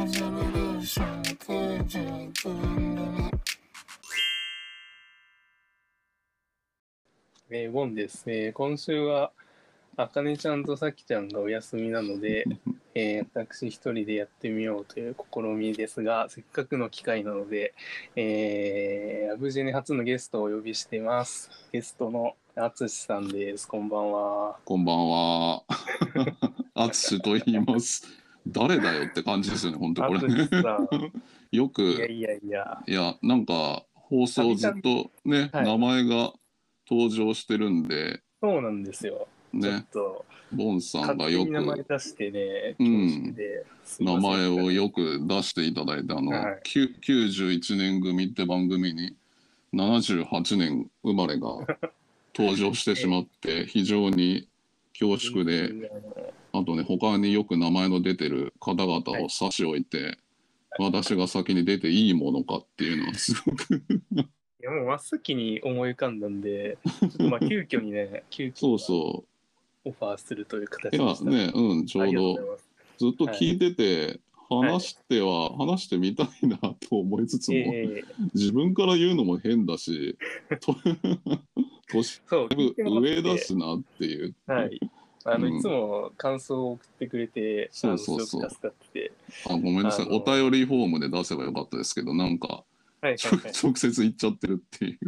ジェネレーション91年組。 ウォンです。今週はあかねちゃんとさきちゃんがお休みなので、私一人でやってみようという試みですが、せっかくの機会なので、ラブジェネ初のゲストをお呼びしています。ゲストのあつしさんです。こんばんは。 こんばんは。あつしと言います。誰だよって感じですよね、本当これ。 あつしさん。 よく、 いや。 なんか放送ずっとね、 はい、 名前が登場してるんで。 そうなんですよ。 ね、 ちょっとボンさんがよく名前出してね、 名前をよく出していただいて、91年組って番組に78年生まれが登場してしまって非常に恐縮で、あとね、他によく名前の出てる方々を差し置いて、私が先に出ていいものかっていうのはすごくいや、もう真っ先に思い浮かんだんで、ちょっとまあ急遽にね、 そうオファーするという形でした。 いやね、ちょうどずっと聞いてて、話してみたいなと思いつつも、自分から言うのも変だし、年上だしなっていう。 はい。いつも感想を送ってくれて、すごく助かってて。 ごめんなさい、お便りフォームで出せばよかったですけど、なんか、直接言っちゃってるっていう。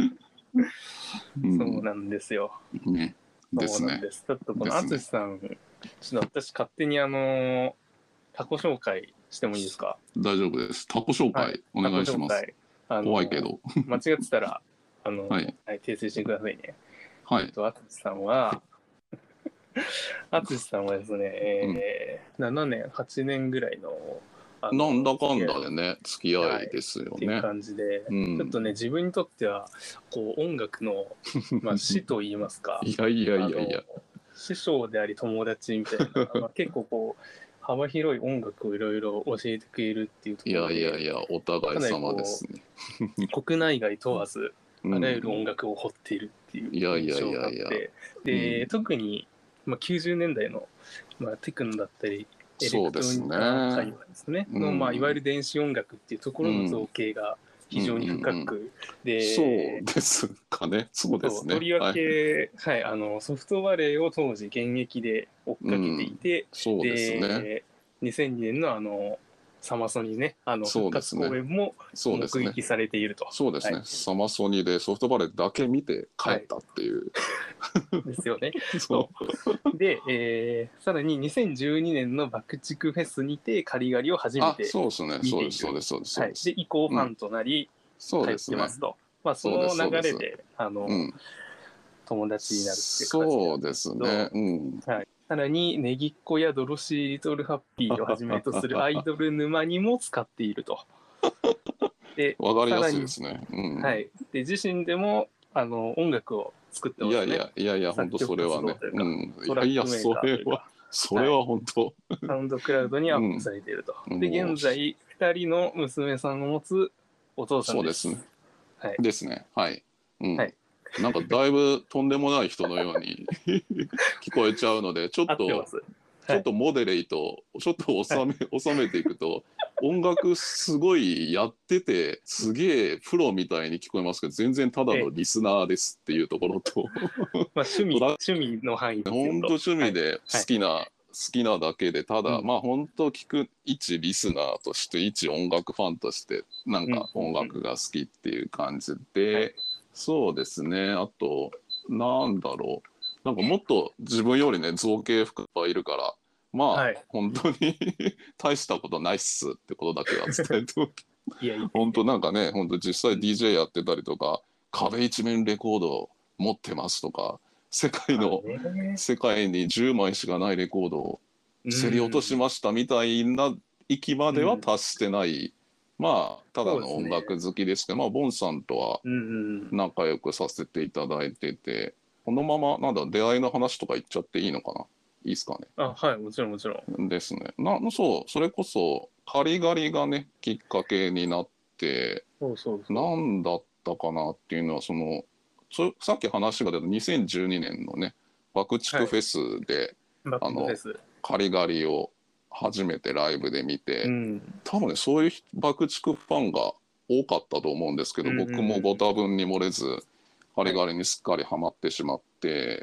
そうなんですよ。 ね。ですね。 ちょっとこのあつしさん、ちょっと私勝手にタコ紹介してもいいですか？ 大丈夫です。タコ紹介お願いします。怖いけど。 間違ってたら、訂正してくださいね。 はい。 あつしさんはですね、7年、8年ぐらいの、 なんだかんだでね、付き合いですよね。 っていう感じで、ちょっとね、自分にとっては、こう、音楽の、師と言いますか。 いや。 師匠であり友達みたいな、結構こう、幅広い音楽をいろいろ教えてくれるっていうところで。 いや、お互い様ですね。 国内外問わず、あらゆる音楽を掘っているっていう印象があって。で、特に、90年代の、テクノだったり、エレクトロニカ界隈ですね。いわゆる電子音楽っていうところの造形が非常に深く、 そうですかね。そうですね。 とりわけ、ソフトバレーを当時現役で追っかけていて、 そうですね。 2002年のサマソニね、復活公演も目撃されていると。 そうですね。サマソニでソフトバレーだけ見て帰ったっていう。 ですよね。で、さらに2012年の爆竹フェスにてカリガリを初めて見ている。 そうです。 で、以降ファンとなり、帰ってますと。その流れで、友達になるっていう形そうですね。 さらに、ネギっ子やドロシー・リトル・ハッピーをはじめとするアイドル沼にも使っていると。 で、わかりやすいですね。 で、自身でも音楽を作ってますね。 いや、本当それはね。それは本当。 サウンドクラウドにアップされていると。で、現在、2人の娘さんを持つお父さんです。 そうですね。ですね。はい。なんかだいぶとんでもない人のように聞こえちゃうので、ちょっとモデレート、ちょっと収めていくと、音楽すごいやってて、すげえプロみたいに聞こえますけど、全然ただのリスナーですっていうところと、 趣味の範囲で本当趣味で好きなだけで、ただ、本当聞く一リスナーとして、一音楽ファンとして、なんか音楽が好きっていう感じで、そうですね。あと、なんだろう。なんかもっと自分よりね、造形深くいるから、本当に大したことないっすってことだけは伝えておき。本当なんかね、本当実際 DJ やってたりとか、壁一面レコード持ってますとか、世界に10枚しかないレコードを競り落としましたみたいな域までは達してない。ただの音楽好きでして、ボンさんとは仲良くさせていただいてて、このまま、出会いの話とか言っちゃっていいのかな？いいですかね？ はい、もちろん。 ですね。それこそ、カリガリがね、きっかけになって、なんだったかなっていうのは、さっき話が出た2012年のね、爆竹フェスで、カリガリを初めてライブで見て、 うん多分ねそういう爆竹ファンが多かったと思うんですけど、 うんうんうん僕もご多分に漏れずガリはいガリにすっかりハマってしまって、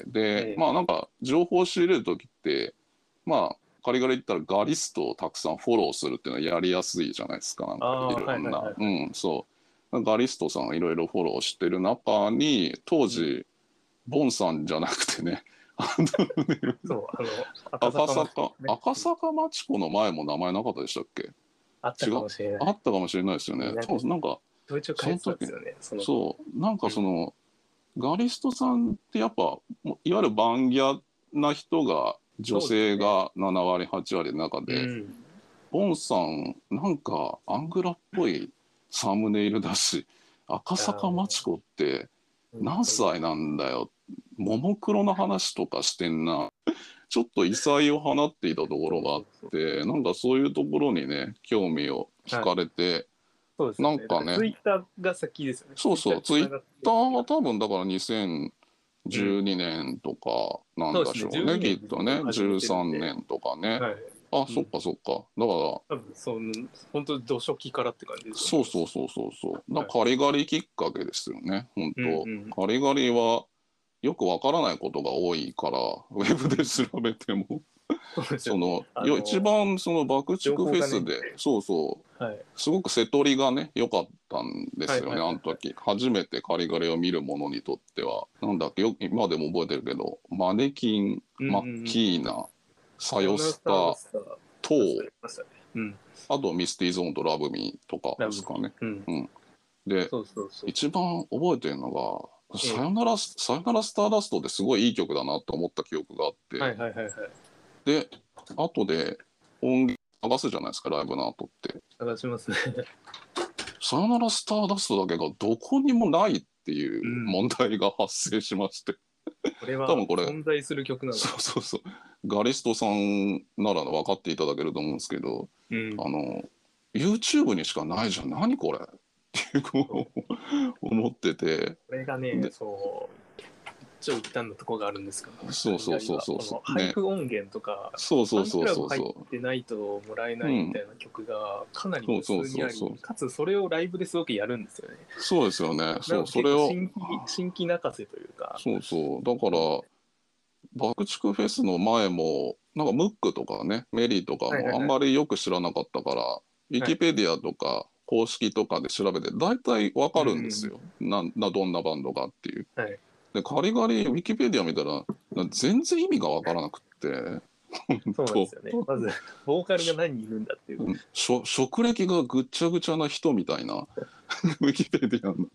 でええまあなんか情報を仕入れる時ってまあガリガリ言ったらガリストをたくさんフォローするっていうのはやりやすいじゃないですか。なんかああいろんな、 はいはいはいうんそうガリストさんいろいろフォローしてる中に当時、ボンさんじゃなくてねそう赤赤坂坂、 ね赤坂町子の前も名前なかったでしたっけ？ あった違う、 かもしれない。 あったかもしれないですよね。 なんか多分なんかドイツ書いてたんですよね。 そうなんかその、ガリストさんってやっぱいわゆるバンギャな人が女性が7割8割の中うで、 んボンさんなんかアングラっぽいサムネイルだし、赤坂町子って何歳なんだよ、ももクロの話とかしてんな、ちょっと異彩を放っていたところがあって、なんかそういうところにね興味を惹かれて、 そうですよね。 なんかねツイッターが先ですよね。 そうそうツイッターは多分だから2012 うん年とかなんそうですね。 でしょうね、 12 きっ年とね始めてるん 13 で。 年とかね、 はい。 あ、 うんそっかそっか、だから多分本当土初期からって感じですよね。 そうそうそうそうそうだからカリガリきっかけですよね本うんうん。 当、カリガリはよくわからないことが多いからウェブで調べてもそうですよそね。 の一番その爆竹フェスで、 情報がねそうそうはい。 すごく瀬戸りがね良かったんですよね、 はいはいはいあの時初めてカリガリを見る者にとっては。なんだっけ、今でも覚えてるけどマネキン、マッキーナ、サヨスタ、トー、 ましたね。うん。 あとミスティーゾーンとラブミーとかですかね。 うん。 でそうそうそう。 一番覚えてるのがええさよならスターダスト」ってすごいいい曲だなと思った記憶があって、 はいはいはいはい。 で後で音源流すじゃないですかライブの後って。 探しますね。 さよならスターダストだけがどこにもないっていううん問題が発生しまして、 これは多分これ存在する曲なの。 そうそうそうガリストさんなら分かっていただけると思うんですけど、 うん。 YouTube にしかないじゃん何これってこう思ってて、 これがねで、 そう一応一旦のとこがあるんですけど、 そうそうそうそうこのね配布音源とか、 そうそうそうファンクラブ入そうそってないともらえないみたいな曲がかなり無数にあそうそうそうり、かつそれをライブですごくやるんですよね。 うそうですよね。 なんかそうそれを新規泣かせというか。 そうそうだから爆竹フェスの前もなんかムックとかねメリーとかはいはいはいもあんまりよく知らなかったから、ウィキペディアとか公式とかで調べて大体わかるんですよ、どんなバンドかっていう。 はいでカリガリウィキペディア見たら全然意味がわからなくってそうなんですよね。まず、ボーカルが何人いるんだっていう。 職歴がぐっちゃぐちゃな人みたいなウィキペディアの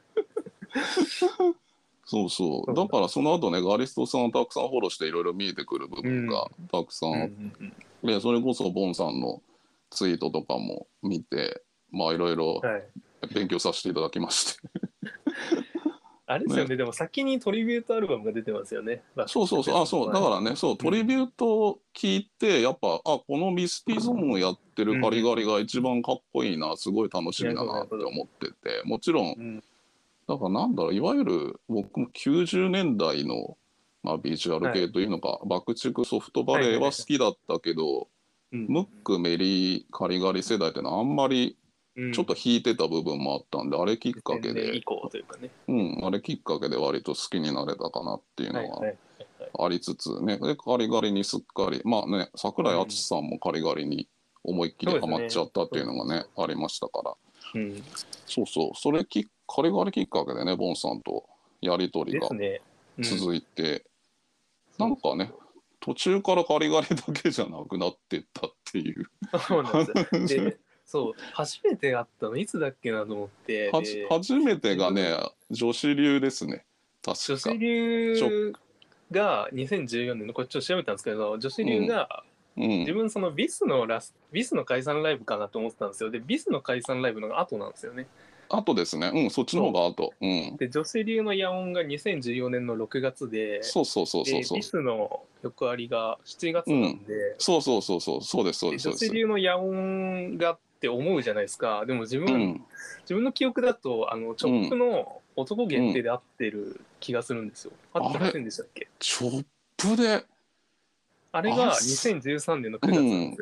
そうそうだからその後ねガリストさんをたくさんフォローしていろいろ見えてくる部分がたくさんあって、でそれこそボンさんのツイートとかも見てまあいろいろはい。 勉強させていただきましてあれですよね、でも先にトリビュートアルバムが出てますよね。 そうそうそうそうだからねそうトリビュートを聞いてやっぱこのミスティゾーンをやってるカリガリが一番かっこいいなすごい楽しみだなって思ってて、もちろんだからなんだろういわゆる僕も90年代の、まあ、ビジュアル系というのか、爆竹ソフトバレーは好きだったけど、ムックメリーカリガリ世代ってのはあんまりちょっと引いてた部分もあったんで、あれきっかけで、あれきっかけで割と好きになれたかなっていうのはありつつね、でカリガリにすっかりまあね桜井敦さんもカリガリに思いっきりハマっちゃったっていうのがねありましたから、そうそうそれカリガリきっかけでねボンさんとやり取りが続いて、なんかね途中からカリガリだけじゃなくなってったっていうそうなんですよ。でそう初めて会ったのいつだっけなと思って初めてがね女子流ですね確か。 女子流が2014年のこれちょっと調べたんですけど女子流が、自分そのビスの解散ライブかなと思ってたんですよ。でビスの解散ライブの後なんですよね。 後ですねそっちの方が後。 で女子流の野音が2014年の6月でそうでビスの横ありが7月なんで、 そうです女子流の野音がって思うじゃないですか。でも自分の記憶だとチョップの男限定で合ってる気がするんですよ。合ってませんでしたっけ？ チョップであれが2013年の9月なんですよ。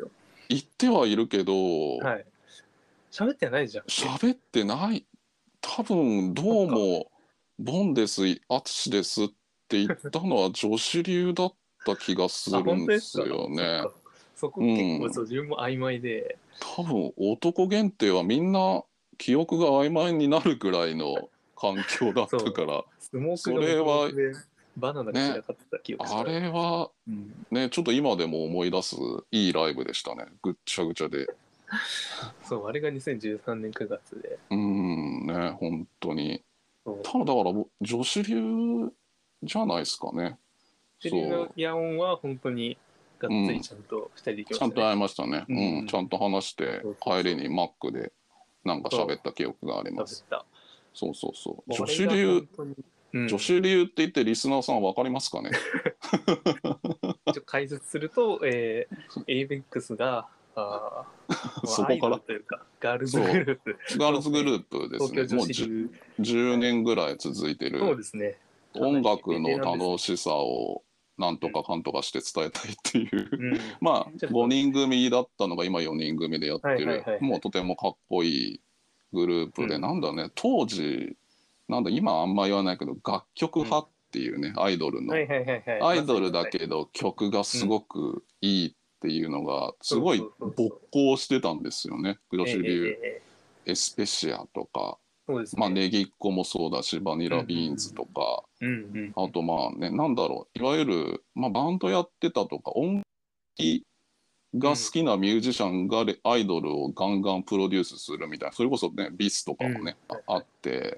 言ってはいるけど、 はい。喋ってないじゃん。 喋ってない。多分どうもボンです、アツシですって言ったのは女子流だった気がすあ、 るんです本当ですか？ よね。 そっか。そこう結構、 ん。 自分も曖昧で、 多分男限定はみんな記憶が曖昧になるぐらいの環境だっそう、 たから、 スモークそが黙々 れはで、バナナが散ね、 らかってた記憶しかあない。 れはうん。 ね、ちょっと今でも思い出すいいライブでしたね。ぐっちゃぐちゃで。 そう、あれが2013年9月で。 ね、本当に。 そう。 多分だから女子流じゃないですかね。 セリのそヤオンは本当にがっう。 つりちゃんと二人で行きましたね。 ちゃんと会いましたね。 うんうん。 ちゃんと話してそうそうそう。 帰りにマックでなんかそう、 喋った記憶があります。 食べた。 そうそうそう。 あれが本当に、うん。 女子流って言ってリスナーさんわかりますかね？ 一応解説すると、エイベックスが、まあ、アイドそこから。 ルというか、ガールズグそループう。ガールの、 ズグループですね。 東京女もう子流。 10 はい、 年ぐらい続いてる。 そうですね。かな音りベ楽のテランですね。 楽しさをなんとかかんとかして伝えたいっていううん。 まあちょっと、 5人組だったのが今4人組でやっはいてる、 はいはいはい。 もうとてもかっこいいグループで、 うん。 なんだね、当時なんだ今あんま言わないけど楽曲うん。 派っていうね、アイドルのはいはいはいはい。 アイまさドルだにまさに。 けど曲がうん。 すごくいいっていうのがすごいそうそうそう勃そう。 興してたんですよね。女子流ええ、 エスペシアとか、まあそうですね。 ネギっ子もそうだしバニうんラビーンズとか、 うんうん。うんうんうん。 あとまあね、なんだろう、いわゆる、まあ、バンドやってたとか、音楽がうん好きなミュージシャンがアイドルをガンガンプロデュースするみたいな、それこそね、ビスとかうん。 もね、 はいはい。 あって、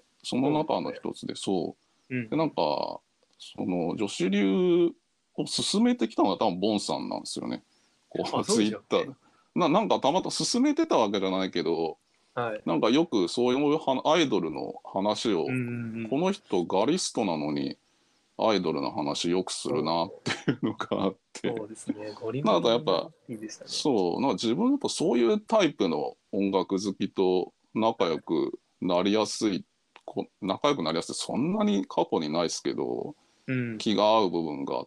その中のそうですね。 一つで、そう。で、 うん。 なんか、その女子流を進めてきたのが多分ボンさんなんですよね。こあ、 う、 そうツイでしたっけ？ ッター。なんかたまたま進めてたわけじゃないけど、 はい。 なんかよくそういうアイドルの話を、 うんうんうん。 この人ガリストなのに、アイドルの話よくするなっそう、 ていうのがあって、 そうですね。ゴリゴなんかやっぱ、 リいいでしたね。 そう、なんか自分やっぱそういうタイプの音楽好きと仲良くなりやすい、仲良くなりやすい、そんなに過去にないですけど、 うん。 気が合う部分があって、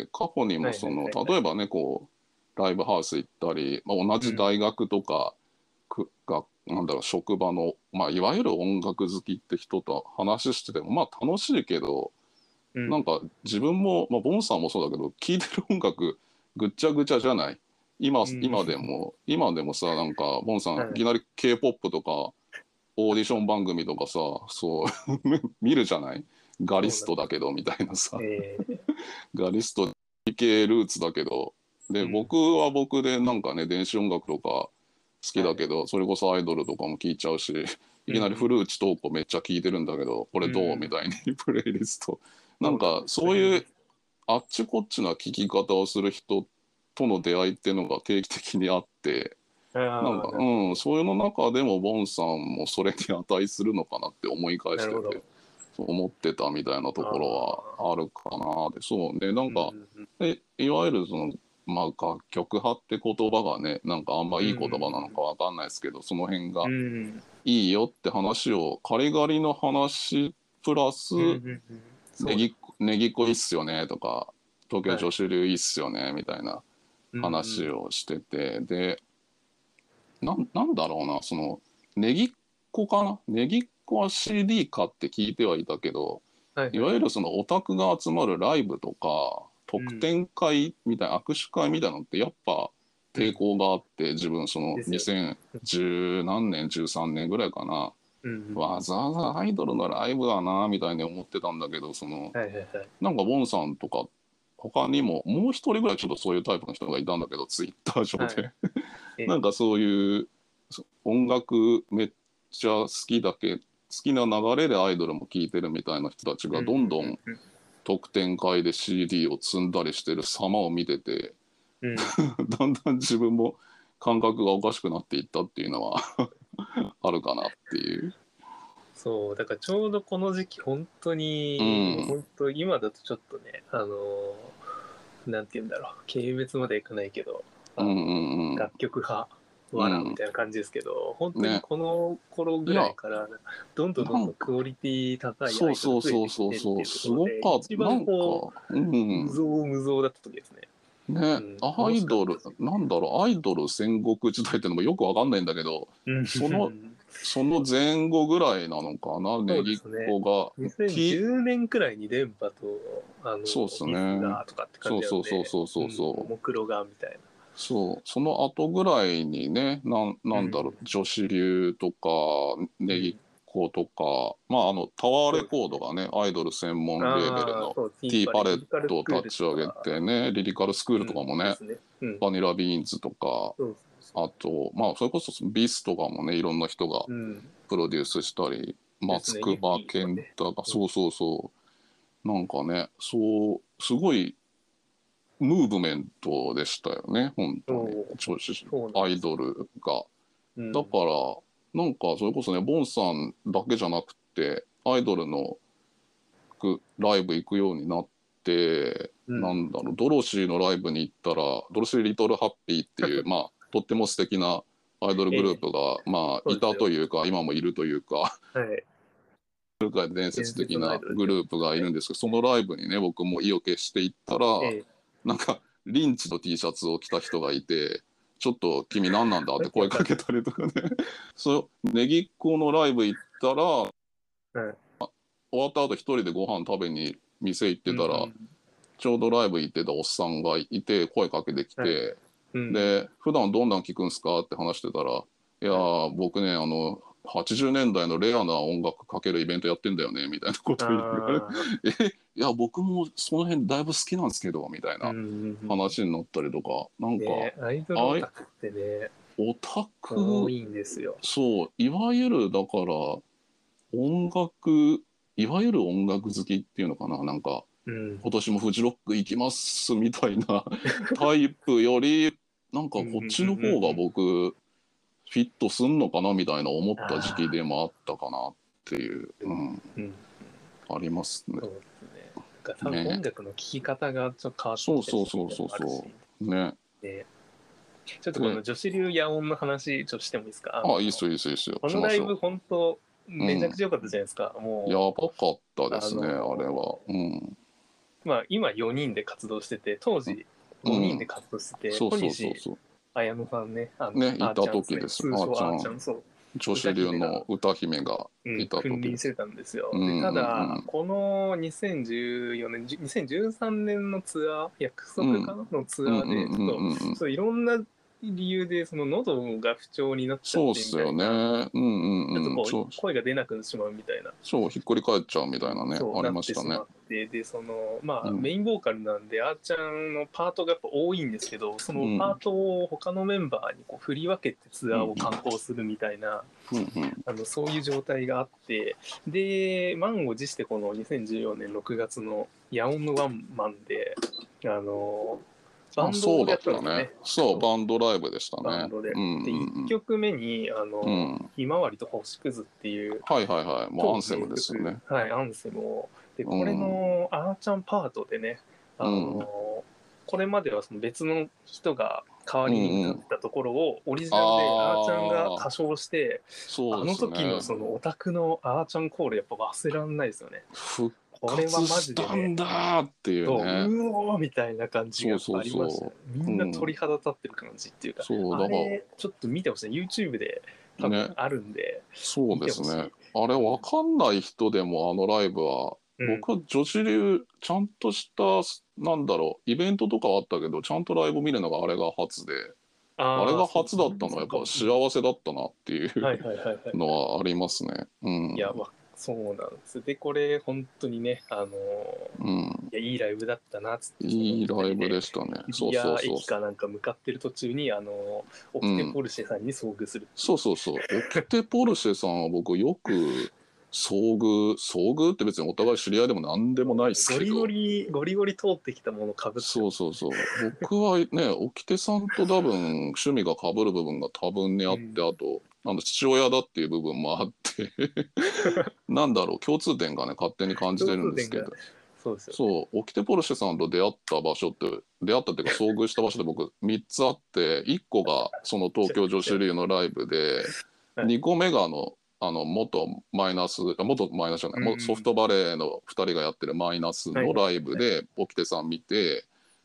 過去にはいはいもその、 はいはい。 例えばね、こう、ライブハウス行ったり、まあ、同うん。 じ大学とか、なんだろう、職場の、まあ、いわゆる音楽好きって人と話してても、まあ楽しいけど、 うん。 なんか自分も、まあ、ボンさんもそうだけど聴いてる音楽ぐっちゃぐちゃじゃない。今うん。 今でもさ、なんかボンさんはい。 いきなり K-POP とかオーディション番組とかさ、そう見るじゃない。ガリストだそうなんです。 けどみたいなさ、 えガリスト理系ルーツだけど、でうん。 僕は僕でなんかね、電子音楽とか好きはい。 だけど、それこそアイドルとかも聴いちゃうし、いきなりうん。 古内東子めっちゃ聴いてるんだけど、これどうみうん。 たいにプレイリスト、なんかそうなんです。そそういうれです。 あっちこっちな聞き方をする人との出会いっていうのが定期的にあって、なんああ、 か、 なるほど。 そういうの中でもボンさんもそれに値するのかなって思い返してて、 なるほど。 そう思ってたみたいなとあころはああ。 るかな。で、そうね、なんうんか、 うん。 いわゆるその、まあ、楽曲派って言葉がね、なんかあんまうんいい言葉なのかわかんないですけど、その辺がうん。 いいよって話を、カリガリの話プラス、 うんうんうん。そうです。 ネギっ子いいっすよねとか、東京はい。 女子流いいっすよねみたいなうんうん。 話をしてて、で、なんだろうな、その、ネギっ子かな、ネギっ子は CD 買って聞いてはいたけど、いわゆはいはいはい。 るそのオタクが集まるライブとか、特うん。 典会みたいな、握手会みたいなのってやっぱ抵うん。 抗があって、自分そのですよね。 2010何年、13年ぐらいかな、 うんうん。 わざわざアイドルのライブだな、みたいに思ってたんだけど、その、 はいはいはい。 なんかボンさんとか、他にももう一人ぐらいちょっとそういうタイプの人がいたんだけど、ツイッター上はい。 でなえ、 んかそういう音楽めっちゃ好きだけ好きな流れでアイドルも聴いてるみたいな人たちがうんうんどんどんうん特典会で CD を積んだりしてる様を見ててうん。うん。 だんだん自分も感覚がおかしくなっていったっていうのはあるかなっていう。 そう、だからちょうどこの時期、本当うに、 ん本当、今だとちょっとね、なんて言うんだろう、軽蔑までいかないけど、 うんうんうん楽曲派、 うんわらみたいな感じですけど、本当にね。 この頃ぐらいや、 いから、どんどんどんどんなんかクオリティ高いアそうそうイドル増えそうそうてきてってそう、 いうところで、 すごかった。 一番こう、無造無造だった時ですね。 ね、 うんアイドル、なんだろう、アイドル戦国時代ってのもよくわかんないんだけど、 うんその前後ぐらいなのかな、ネギっ子が。 2010年くらいに電波とそうっすね。 リスがとかって感じなんで、もくろがみたいな。 そう、その後ぐらいにね、なんだろう、女子流とか、ネギっ子とか、まあ、タワーレコードがね、アイドル専門レーベルの T パレットを立ち上げてね、リリカルスクールとかもね、バニラビーンズとか、あと、まあ、それこそビスとかもね、いろんな人がプロデュースしたり、松久保健太が、そうそうそう、なんかね、そう、すごい、ムーブメントでしたよね、本当に。アイドルが。だから、なんかそれこそね、ボンさんだけじゃなくて、アイドルのライブ行くようになって、なんだろう、ドロシーのライブに行ったら、ドロシー・リトル・ハッピーっていう、まあ、とっても素敵なアイドルグループが、まあ、いたというか、今もいるというか、伝説的なグループがいるんですけど、そのライブにね、僕も意を決して行ったら、なんかリンチの T シャツを着た人がいて、ちょっと君何なんだって声かけたりとかねネギっ子のライブ行ったら、終わった後一人でご飯食べに店行ってたら、ちょうどライブ行ってたおっさんがいて声かけてきて、で普段どんなん聞くんすかって話してたら、いや僕ね80年代のレアな音楽かけるイベントやってんだよねみたいなこと言われていや僕もその辺だいぶ好きなんですけどみたいな話になったりとか、なんか、 アイドルオタクってね、 オタク多いんですよ。 そういわゆるだからいわゆる音楽好きっていうのかな、なんか、今年もフジロック行きますみたいなタイプよりなんかこっちの方が僕フィットすんのかなみたいな思った時期でもあったかなっていう、ありますね。 そうですね。音楽の聴き方がちょっと変わってきてるそうね。 ちょっとこの女子流野音の話ちょっとしてもいいですか？ いいっすよいいっすよいいっすよ。 このライブ本当めちゃくちゃ良かったじゃないですか。もうやばかったですね、あれは。 まあ今4人で活動してて、当時5人で活動してて、小西綾乃さんね、 いた時です。 通称あーちゃん、そう。 女子流の歌姫がいた時君臨してたんですよ。ただ、この2014年、2013年のツアー、約束かなのツアーで、ちょっといろんな理由でその喉が不調になっちゃってみたいな。そうっすよね。ちょっと声が出なくなってしまうみたいな。 そう、ひっくり返っちゃうみたいなね、ありましたね。 で、その、まあ、メインボーカルなんで、あーちゃんのパートがやっぱ多いんですけど、そのパートを他のメンバーにこう振り分けてツアーを敢行するみたいな、そういう状態があって、で、満を持してこの2014年6月の野音のワンマンで、バンドをやったんですね。 そう、バンドライブでしたね。 バンドで。で、1曲目に、ひまわりと星屑っていう、 もうアンセムですよね。 はい、アンセムを。で、これのあーちゃんパートでね、これまではその別の人が代わりに歌ったところをオリジナルであーちゃんが歌唱して、あの時のそのオタクのあーちゃんコールやっぱ忘れらんないですよね。これはマジで、ね、 だっていうね。 うおーみたいな感じがありました、ね。みんな鳥肌立ってる感じっていうか、あれちょっと見てほしい。YouTube で多分あるんで、 そうですね。あれわかんない人でもあのライブは、僕は女子流ちゃんとしたなんだろうイベントとかはあったけどちゃんとライブ見るのがあれが初で、あれが初だったのはやっぱ幸せだったなっていうのはありますね。 いやそうなんです。でこれ本当にねいやいいライブだったなっつって、 いいライブでしたね。 いや駅かなんか向かってる途中にオキテポルシェさんに遭遇する。 そうオキテポルシェさんは僕よく遭遇って別にお互い知り合いでも何でもないですけどゴリゴリ通ってきたものかぶって僕はね沖手さんと多分趣味がかぶる部分が多分にあって、あと父親だっていう部分もあってなんだろう共通点がね勝手に感じてるんですけど、オキテポルシェさんと出会った場所っていうか遭遇した場所で僕3つあって、1個がその東京女子流のライブで2個目が元マイナスじゃない、ソフトバレーの2人がやってるマイナスのライブで沖手さん見て、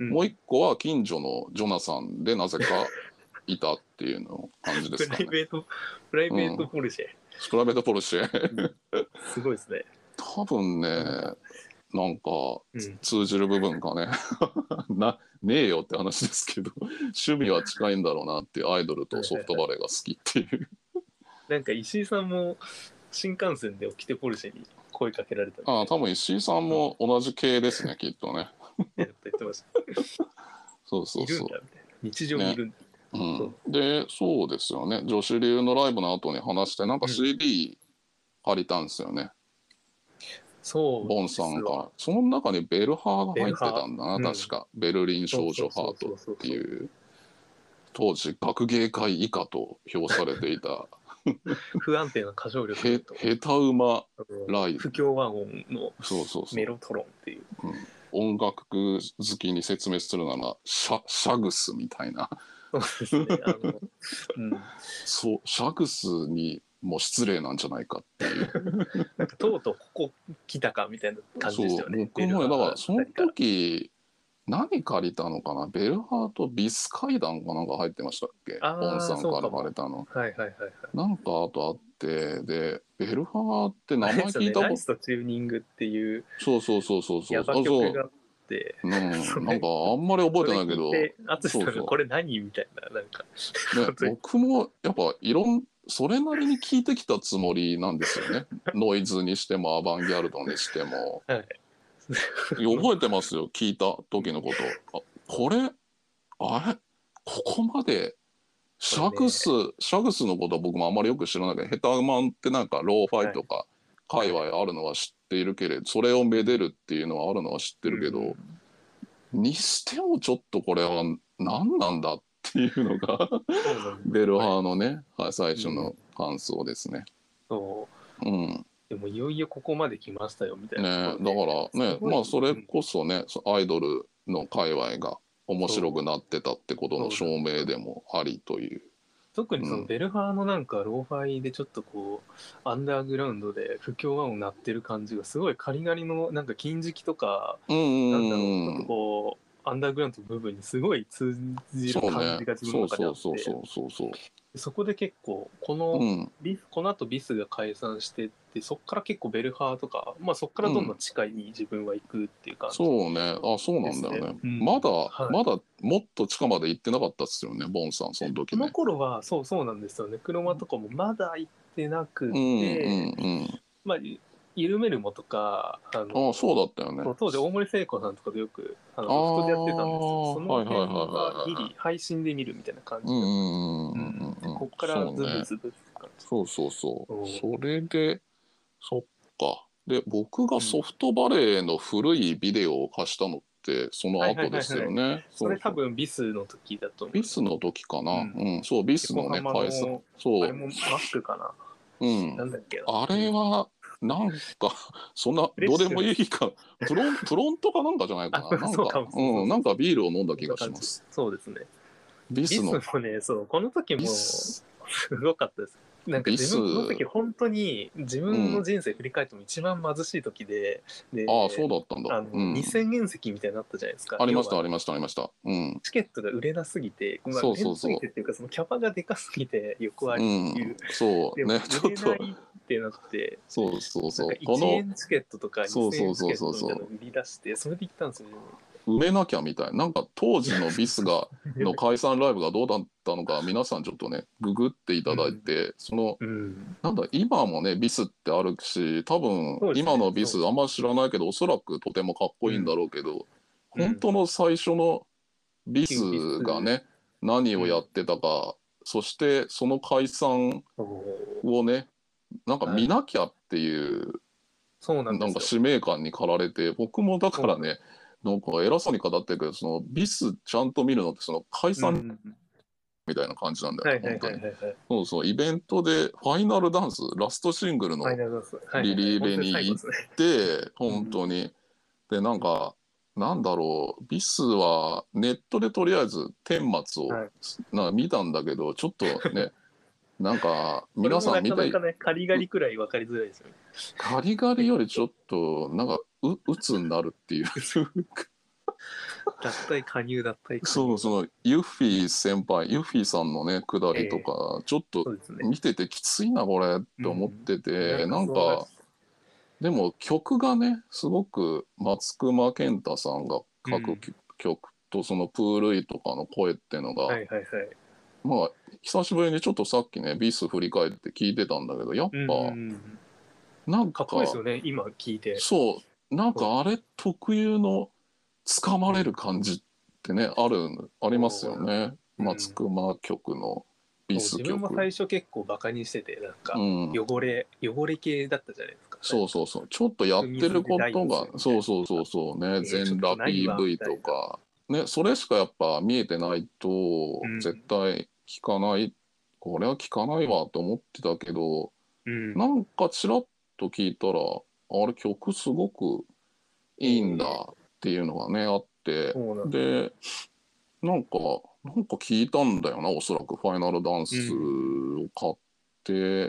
もう一個は近所のジョナサンでなぜかいたっていうの感じですかね。 プライベートポルシェ。 プライベートポルシェすごいですね。 多分ね、なんかうん通じる部分かねねえよって話ですけど趣味は近いんだろうなっていう、アイドルとソフトバレーが好きっていうなんか石井さんも新幹線で起きてポルシェに声かけられたみたいな多分石井さんも同じ系ですねきっとね。 言ってました。 そうそうそういるんだみたいな。日常にいるんだ。 でそうですよね、女子流のライブの後に話してなんか CD 借りたんですよね、 そうボンさんから。その中にベルハーが入ってたんだな、 ベルハー確か。ベルリン少女ハートっていう当時学芸会以下と評されていた不安定な歌唱力と下手馬ライブ、 不協和音のそうそうそう、 メロトロンっていう。 音楽好きに説明するならシャグスみたいなそうですね。 そう、シャグスにも失礼なんじゃないかっていうなんかとうとうここ来たかみたいな感じでしたよね。 僕もだからその時何借りたのかな、ベルハートビス階段かなんか入ってましたっけ、ボンさんから借りたの。 はいはいはいはい。 なんかあとあってで、ベルハーって名前聞いたこと、 ライスとチューニングっていうそうヤバ曲があって、 なんかあんまり覚えてないけど、 淳さんがこれ何みたいな、なんか、 ね、僕もやっぱそれなりに聞いてきたつもりなんですよねノイズにしてもアバンギャルドにしても、 はい、 覚えてますよ、聞いた時のこと。これここまでシャグスのことは僕もあんまりよく知らないけど、ヘタウマンってなんかローファイとか界隈あるのは知っているけれど、それをめでるっていうのはあるのは知ってるけど、にしてもちょっとこれは何なんだっていうのがベルハーのね、最初の感想ですね。 でもいよいよここまで来ましたよみたいな、 ね、だからね、まあそれこそね、アイドルの界隈が面白くなってたってことの証明でもありという。 特にそのベルハーのなんかローファイでちょっとこうアンダーグラウンドで不協和音鳴ってる感じがすごいカリガリのなんか金色とか、なんだろう、ちょっとこうアンダーグラウンドの部分にすごい通じる感じが自分の中であって、そこで結構この後ビスが解散してってそこから結構ベルハーとか、まあそこからどんどん近いに自分は行くっていう感じ、 そうね、そうなんだよね、まだもっと地下まで行ってなかったっすよね、ボンさんその時ね。 この頃はそうなんですよね。クロマとかもまだ行ってなくて、まあ緩めるもとかそうだったよね。 当時大森聖子さんとかでよくロフトでやってたんですよ。その辺はギリ配信で見るみたいな感じで、こっからズブズブって感じ。 そうそれでそっか。で僕がソフトバレーの古いビデオを貸したのってその後ですよね。 それ多分ビスの時だと思う。 ビスの時かな。そうビスのね解散。 そう。あれもマックかな。なんだっけな。 あれはなんかそんなどうでもいいかプロントかなんかじゃないかな。なんかビールを飲んだ気がします。 そうですね。 ビスもね、そうこの時もすごかったです。なんか自分この時本当に自分の人生振り返っても一番貧しい時で、 そうだったんだ。 2000円席みたいになったじゃないですか。 ありました。 チケットが売れなすぎて、売れなすぎてっていうかそのキャパがでかすぎて横割りっていう。 そうね、ちょっと売れないってなって、 そう。 1円チケットとか2000円チケットみたいなのを売り出して、それで行ったんですよ。 埋めなきゃみたいな、なんか当時のビスの解散ライブがどうだったのか皆さんちょっとねググっていただいて、なんだ今もねビスってあるし、多分今のビスあんま知らないけどおそらくとてもかっこいいんだろうけど、本当の最初のビスがね何をやってたか、そしてその解散をねなんか見なきゃっていうなんか使命感に駆られて、僕もだからねなんか偉そうに語ってるけど、そのビスちゃんと見るのってその解散みたいな感じなんだよ、本当に。イベントでファイナルダンスラストシングルのリリーベに行って本当にで、なんかなんだろう、ビスはネットでとりあえず顛末を見たんだけど、ちょっとねなんか皆さん見て、 カリガリくらい分かりづらいですよね。 カリガリよりちょっとなんか鬱になるっていう脱退加入脱退加入。 そう、そのユッフィー先輩、ユッフィーさんのね、くだりとか、ちょっとそうですね。 見ててきついな、これって思ってて、なんそうらか、 しでも曲がね、すごく松隈ケンタさんが書く曲と、そのプールイとかの声っていうのが、 はいはいはい。 まあ、久しぶりにちょっとさっきね、ビス振り返って聞いてたんだけど、やっぱ、なんか、 かっこいいですよね、今聞いて。 そう、なんかあれ特有の掴まれる感じってね、ありますよね。松隈曲のビス自分も曲。 最初結構バカにしてて、なんか汚れ系だったじゃないですか。 そうそうそう。ちょっとやってることが、そうそうそうそうね、全裸 PV とか、ね、それしかやっぱ見えてないと、絶対聞かない、これは聞かないわと思ってたけど、なんかちらっと聞いたら、あれ曲すごくいいんだっていうのがね、あって、で、なんか聞いたんだよな、おそらくファイナルダンスを買って、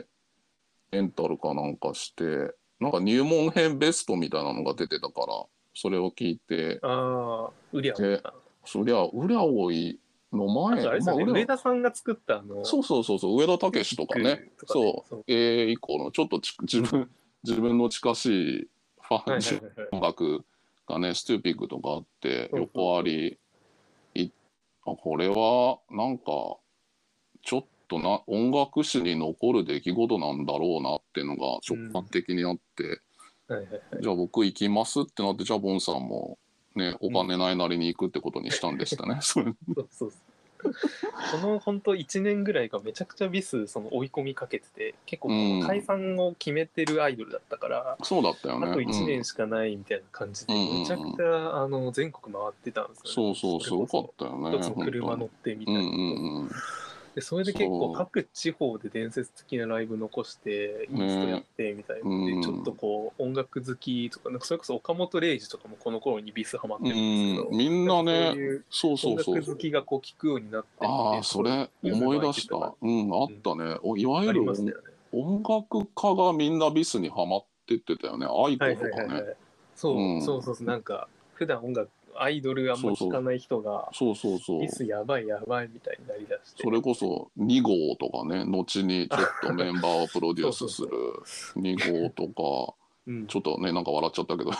レンタルかなんかして、なんか入門編ベストみたいなのが出てたから、それを聞いて、で、そりゃ、ウリャオイの前、まあ、 上田さんが作ったそうそうそうそう、上田武とかね、そう、以降のちょっと自分の近しい音楽がね、ストゥーピックとかあって、横あり、これはなんか、ちょっと音楽史に残る出来事なんだろうなっていうのが直感的にあって、じゃあ僕行きますってなって、じゃあボンさんもね、お金ないなりに行くってことにしたんでしたね。そうそうこの本当1年ぐらいがめちゃくちゃビスその追い込みかけてて、結構この解散を決めてるアイドルだったから、 そうだったよね。 あと1年しかないみたいな感じで、めちゃくちゃ全国回ってたんですよね。そうすごかったよね。 一つの車乗ってみたいな。でそれで結構各地方で伝説的なライブ残してインストやってみたいな、でちょっとこう音楽好きとか、なんかそれこそ岡本零士とかもこの頃にビスハマってるんですけど、 みんなね、 そういう音楽好きがこう聴くようになってって、 ああ、それ思い出した。あったね。いわゆる音楽家がみんなビスにハマってってたよね。アイコとかね。 そうなんか普段音楽アイドルあんま聴かない人がビスやばいやばいみたいになりだして、 それこそ2号とかね、後にちょっとメンバーをプロデュースする2号とか、ちょっとねなんか笑っちゃったけど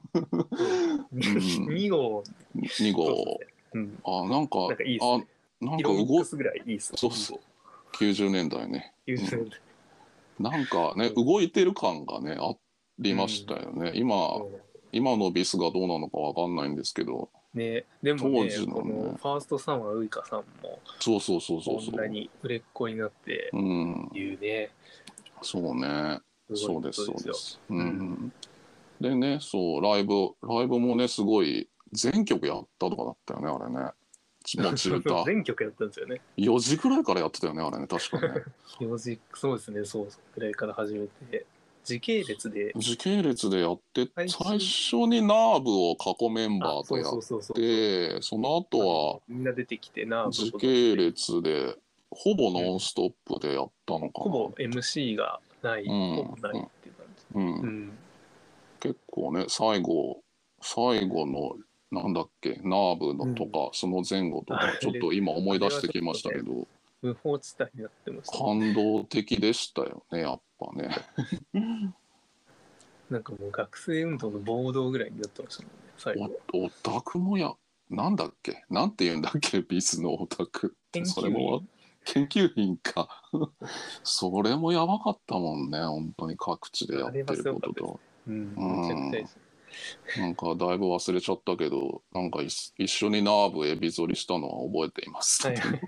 2号なんかいいっすね。 なんかぐらいいいっすね。 そうそう90年代ね。 90年代なんかね、動いてる感がねありましたよね。今のビスがどうなのかわかんないんですけど、 ね、でもね、このファーストサマーウイカさんもこんなに売れっ子になっていうね。 そうね、そうですそうです。でね、そうライブもねすごい全曲やったとかだったよね、あれね。持ち歌全曲やったんですよね。 4時ぐらいからやってたよね、あれね、確かね。 4時、そうですね、そうぐらいから始めて、時系列でやって、最初にナーブを過去メンバーとやって、その後はみんな出てきてナーブ時系列でほぼノンストップでやったのかな。 ほぼ MC がない、ほぼないっていう感じ。 結構ね、最後のなんだっけ、ナーブのとか、その前後とかちょっと今思い出してきましたけど、 無法地帯になってました、 感動的でしたよね、やっぱね。 なんかもう学生運動の暴動ぐらいになってましたもんね、最後。 オタクもなんだっけ、なんて言うんだっけ、ビスのオタクって。それも研究員か。それもやばかったもんね、本当に各地でやってることと。 めちゃくちゃですなんかだいぶ忘れちゃったけど、なんか一緒にナーブエビ反りしたのは覚えています。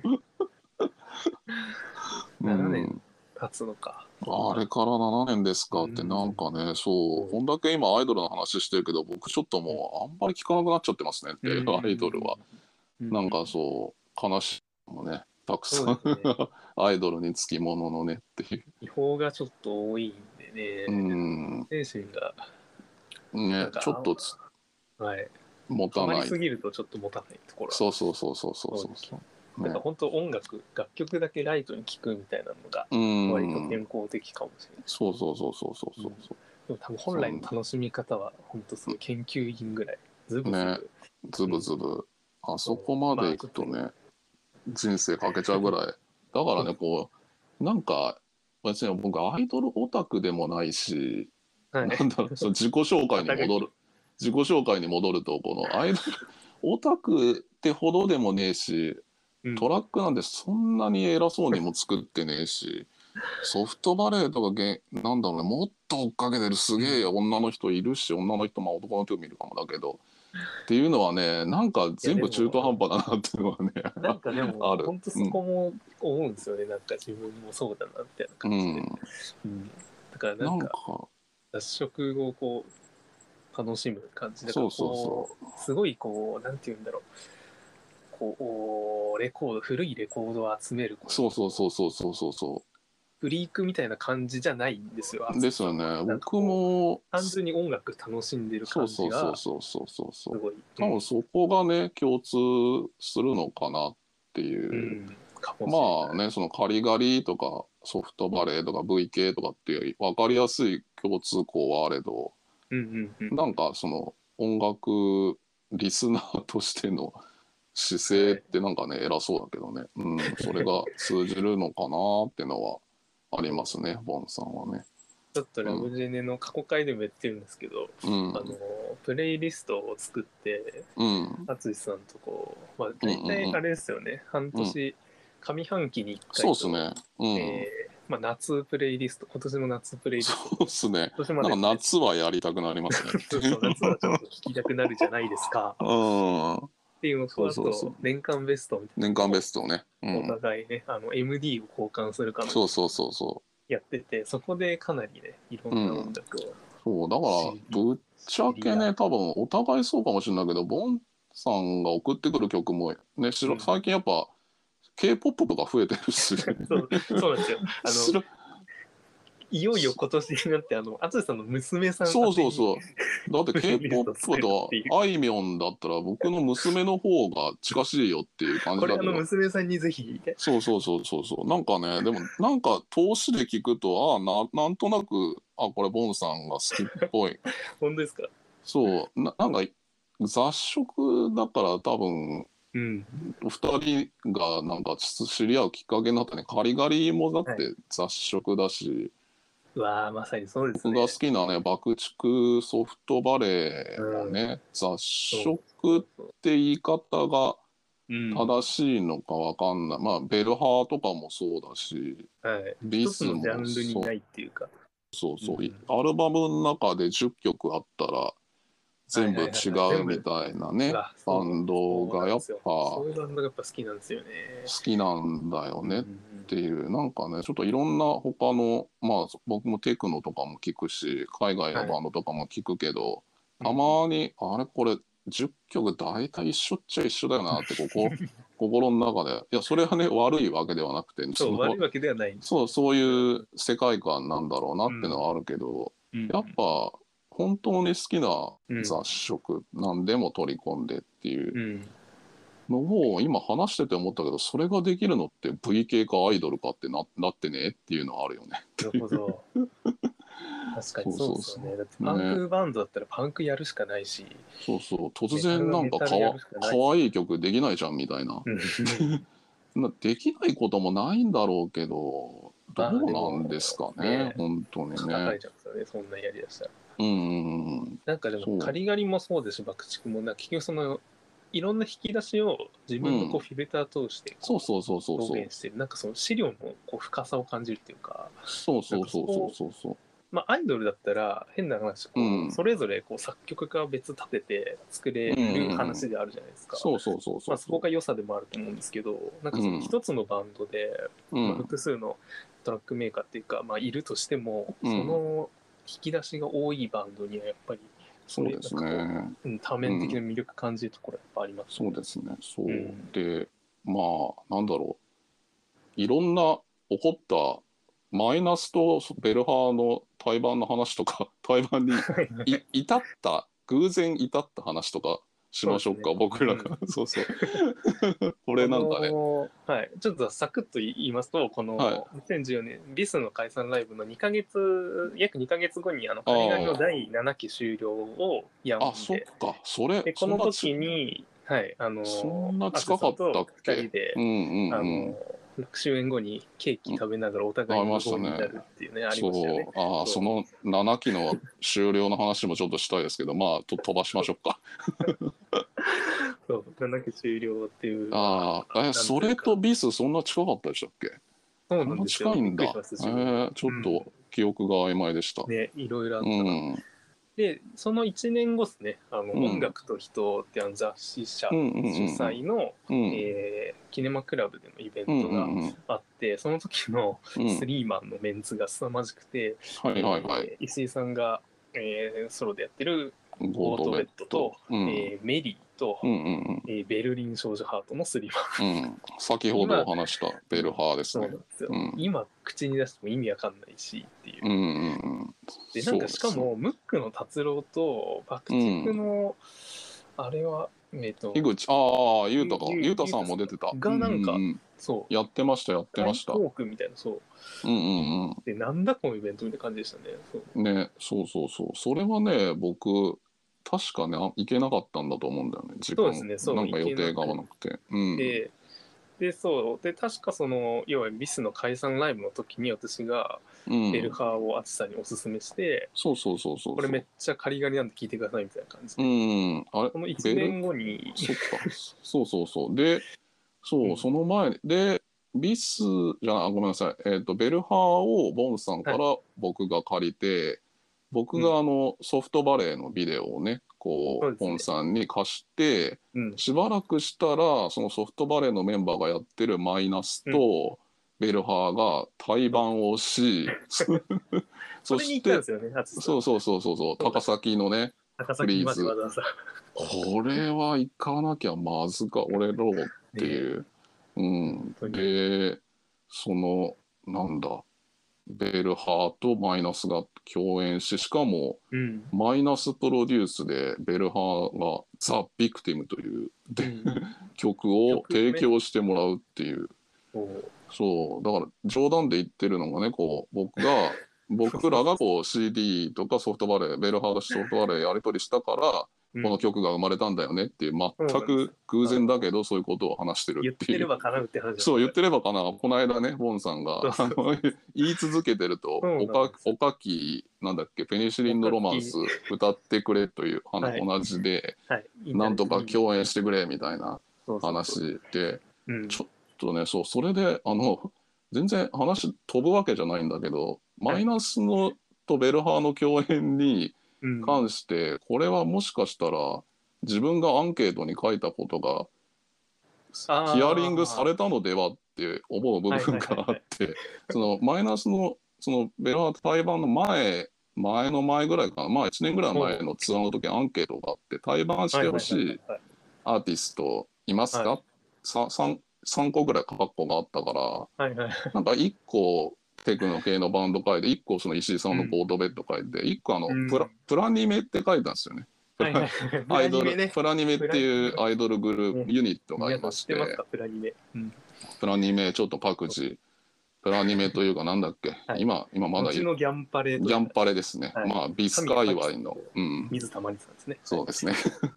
7年経つのか。 あれから7年ですかって、なんかね、そう、こんだけ今アイドルの話してるけど、僕ちょっともうあんまり聞かなくなっちゃってますねって、アイドルは。なんかそう、悲しいもね、たくさん、アイドルにつきもののねっていう。 違法がちょっと多いんでね、精神がね、ちょっと持たない。 ハマりすぎるとちょっと持たないところ。 そう。 なんか本当楽曲だけライトに聴くみたいなのが割と健康的かもしれない。 そう。 でも多分本来の楽しみ方は本当その研究員ぐらいズブズブ、 ね、ズブズブ、あそこまでいくとね、人生かけちゃうぐらい。だからね、こう、なんか、別に僕、アイドルオタクでもないし、 はい、 なんだろう、その自己紹介に戻る、自己紹介に戻ると、このアイドルオタクってほどでもねえし、トラックなんてそんなに偉そうにも作ってねえし、ソフトバレーとかなんだろうね、もっと追っかけてるすげえ女の人いるし、女の人、まあ男の人もいるかもだけど、っていうのはね、なんか全部中途半端だなっていうのはね、 なんかでもある。 本当そこも思うんですよね、なんか自分もそうだなみたいな感じで、だからなんか雑食をこう楽しむ感じだから、こうすごいこうなんていうんだろう、こうレコード、古いレコードを集める、 そうフリークみたいな感じじゃないんですよ。 ですよね。僕も単純に音楽楽しんでる感じがすごい。 多分そこがね共通するのかなっていう。まあね、そのカリガリとかソフトバレーとか VK とかっていう分かりやすい共通項はあれど、なんかその音楽リスナーとしての姿勢ってなんかね、偉そうだけどね、それが通じるのかなっていうのはありますね、ボンさんはね。 ちょっとラブジェネの過去回でも言ってるんですけど、プレイリストを作って、淳さんとこう、まあ、大体あれですよね、半年、上半期に1回と、 そうですね、 まあ、夏プレイリスト、今年の夏プレイリスト。 そうですね。なんか夏はやりたくなりますね。 そう夏はちょっと聞きたくなるじゃないですか。っていうのと、あと、年間ベストみたいな。 年間ベストをね。 お互いね、MD を交換するかのやってて、そこでかなりね、いろんな音楽を。 そう、だから、ぶっちゃけね、多分お互いそうかもしれないけど、ボンさんが送ってくる曲もね、最近やっぱ、K-POP とか増えてるし。 そうなんですよ。いよいよ今年になって、淳さんの娘さんそう。だって K-POP とあいみょんだったら、僕の娘の方が近しいよっていう感じだけど。 これ娘さんにぜひ。 そう。なんかね、でもなんか投資で聞くと、なんとなく、これボンさんが好きっぽい。 本当ですか？ そう、なんか雑食だから多分、2人がなんか知り合うきっかけになったね。カリガリもだって雑食だし、 うわー、まさにそうですね。 僕が好きなね、爆竹ソフトバレーもね、雑食って言い方が正しいのかわかんない。まあ、ベルハーとかもそうだし、 ビスもジャンルにないっていうか。 アルバムの中で10曲あったら、全部違うみたいなね、バンドがやっぱそういうバンドがやっぱ好きなんですよね。 好きなんだよねっていう、なんかね、ちょっといろんな他の、まあ僕もテクノとかも聞くし、海外のバンドとかも聞くけど、たまに、あれこれ10曲大体一緒っちゃ一緒だよなって心の中で、いや、それはね、悪いわけではなくて、 悪いわけではない。 そういう世界観なんだろうなってのはあるけど、やっぱ、本当に好きな雑食なんでも取り込んでっていうのを今話してて思ったけど、それができるのって VK かアイドルかってなってねっていうのはあるよね。 なるほど。確かにそうですよね。だってパンクバンドだったらパンクやるしかないし。 突然なんかかわいい曲できないじゃんみたいな。できないこともないんだろうけど、どうなんですかね、本当にね。 叩いちゃうんですよね、そんなやりだしたら。なんかでもカリガリもそうですし、爆竹も結局そのいろんな引き出しを自分のフィルター通して表現してる、なんかその資料の深さを感じるっていうか。まあアイドルだったら変な話、それぞれ作曲家を別立てて作れる話であるじゃないですか。まあそこが良さでもあると思うんですけど、なんかその一つのバンドで複数のトラックメーカーっていうか、まあいるとしても、その引き出しが多いバンドにはやっぱりそうですね、 多面的な魅力感じるところやっぱあります。 そうですね。で、まあなんだろう、いろんな起こったマイナスとベルハーの対バンの話とか、対バンに至った偶然至った話とかしましょうか、 そうですね僕らが。そうそう。これなんかね、 はい、ちょっとサクッと言いますと、こはいの2014年、ビスの解散ライブの2ヶ月、約2ヶ月後に、 あカリガリのー第7期終了をやんあ、そっで、 か、それ、 で、この時に、はい、 そんなアツ近かったさんとっ 2人け？ で、 うんうんうん。 6周年後にケーキ食べながらお互いありに無ましたね。 言になるっていうね、ありましたよね。 そう、ああ、 そうその7期の終了の話もちょっとしたいですけど、まあ、飛ばしましょうか。 そう、7期終了っていう、 ああ、 なんそれというか、 とビスそんな近かったでしたっけ？ そうそんななんですよ。びっくりし近いんだ。 ますし、 ちょっとうん、 記憶が曖昧でした。 ね、いろいろあっうたな。 ん。 で、その1年後ですね、 うん音楽と人って雑誌社うんうん主催の、 うんうんキネマクラブでのイベンうんトがうんあって、その時のうんスリーマンのメンツが凄まじくて、 はいはいはい。 石井さんが、ソロでやってるゴートベゴートベッド。 ッドと、 うんメリーと、 うんうんベルリン少女ハートのスリーマン。 うん。先ほど今、 話したベルハーですね。 そうなんですよ。 うん今、口に出しても意味わかんないしっていう。 うんうんうん。 で、なんかしかそうですね。 も、ムックの達郎と、爆竹の、あれは、 樋口、ああ、ゆうたさんゆうたさも出てた。 んうんうんがなんか、 うん。 そう、 やってました、やってま大した。 トークみたいな、そう。 うんうんで、なんだこのイベントみたいな感じでしたね。そううん。ね、そうそうそう。それはね、僕、確かね、行けなかったんだと思うんだよね、時間。 そうですね、そう、 なんかいけなく予定が合わなくて。うん。 て、で、そう、で、確かその、要はビスの解散ライブの時に私が、 うベルん。 ハーを淳さんにおすすめして、 そうそうそうそうそう。 これめっちゃカリガリなんで聞いてくださいみたいな感じうで。 ん。あれ、 この1 ベル、 年後に、 そっか。そうそうそう。で、そう、 うん、 その前で、ビスじゃない、ごめんなさい。ベルハーをボンさんはい、 から僕が借りて、僕うん、 がソフトバレーのビデオをね、こう、ボンそうですね。 さんに貸して、 うん、 しばらくしたら、そのソフトバレーのメンバーがやってるマイナスうん、 と、ベルハーが対バンをし、 それにそして、 行ったんですよね、淳さん。 そうそうそうそうそう、高崎のね、 高フリーズ。 崎までわざわざ。 これは行かなきゃまずか、俺ろうってねえ、 いう。うん。 本当に。 で、その、なんだ、ベルハーとマイナスが共演し、しかも、 うん、 マイナスプロデュースでベルハーがザ・ビクティムといううん、 曲を曲ね、 提供してもらうっていう。 そう、 そう、だから冗談で言ってるのがね、こう、僕らがこう CD とかソフトバレー、ベルハードソフトバレーやり取りしたから、 うん、 この曲が生まれたんだよねっていう、全そうなんですよ。 く偶然だけどそういうことを話してる言ってれっていう。 ば叶うって話だそう言っから。 てればかな、この間ね、ボンさんがそうそうそう。 言い続けてると、 そうなんですよ。 おかき、なんだっけ、ペニシリンのおかき、 ロマンス歌ってくれというはい、 同じで、 はい、インタなんとかビューに、 共演してくれみたいなそうそうそう。 話で、 うん、 ちょっとね、そう、それで、全然話飛ぶわけじゃないんだけど、 はい、 マイナスのとベルハーの共演にうん、 関して、これはもしかしたら、自分がアンケートに書いたことが、ヒアリングさあれたのではって思う部あ、はい分はいはいはい。 があって、そのマイナスの、そのベルハーと対バンの前の前ぐらいかな、まあ1年ぐらい前おのツアーの時にアンケートがあって、対バンしてはいはいはいほしいはいアーティストいますはい。 か？ 3 個ぐらいカッコがあったから、 はいはい。 なんか1個テクノ系のバンド書いて、1個その石井さんのうん。 コードベッド書いて、1個うん。 プラニメって書いたんですよね。 はいはいはい。プアイドル、 ラニメね。 プラニメっプラニていうアイドルグルーメね。 プ、ユニットがい皆さまして、 ん知ってますかプラニメ。うん。 プラニメちょっと各自、プラニメというかなんだっけ、 はい。 今まだ後のギャンパレードで。 ギャンパレですね。 はい。 まあ、ビス神谷明界隈の、 とうん、 水溜りさんですね。はい。 そうですね。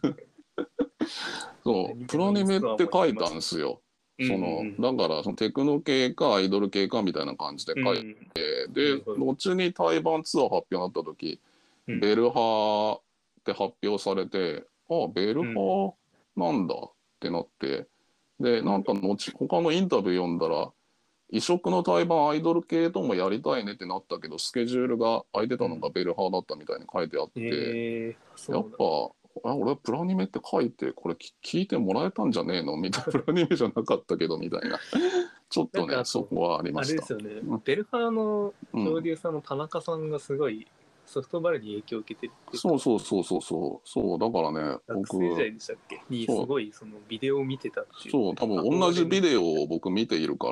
プラそう、 ニメのインプラニメっストアもやって書いたてました。 んですよ。 うんうんだから、そのテクノ系かアイドル系かみたいな感じでうん。 書いうん。 て、で、 なるほど。 後に対バンツアー発表になった時、 うん。 ベルハーって発表されて、あ、ベルハうん。 ーなんだってなって、で、なんか他のインタビュー読んだら、異色の対バンアイドル系ともやりたいねってなったけど、スケジュールが空いてたのがうん。 ベルハーだったみたいに書いてあって、やっそうだ。 ぱ、俺はプラニメって書いて、これ聞いてもらえたんじゃねえのみたいな、プラニメじゃなかったけど、みたいな。ちょっなんとね、 かあと、 そこはありまあれした。 ですよね。 うん。 ベルハーのうん、 プロデューサーの田中さんがすごいソフトバレーに影響を受けてるっていうか、 そうそうそうそうそう。そう、だからね、 学生時代でしたっけにすそう、 ごいそのビデオを見てたっていうのそう、 で、 多分同憧れの。 じビデオを僕見ているから、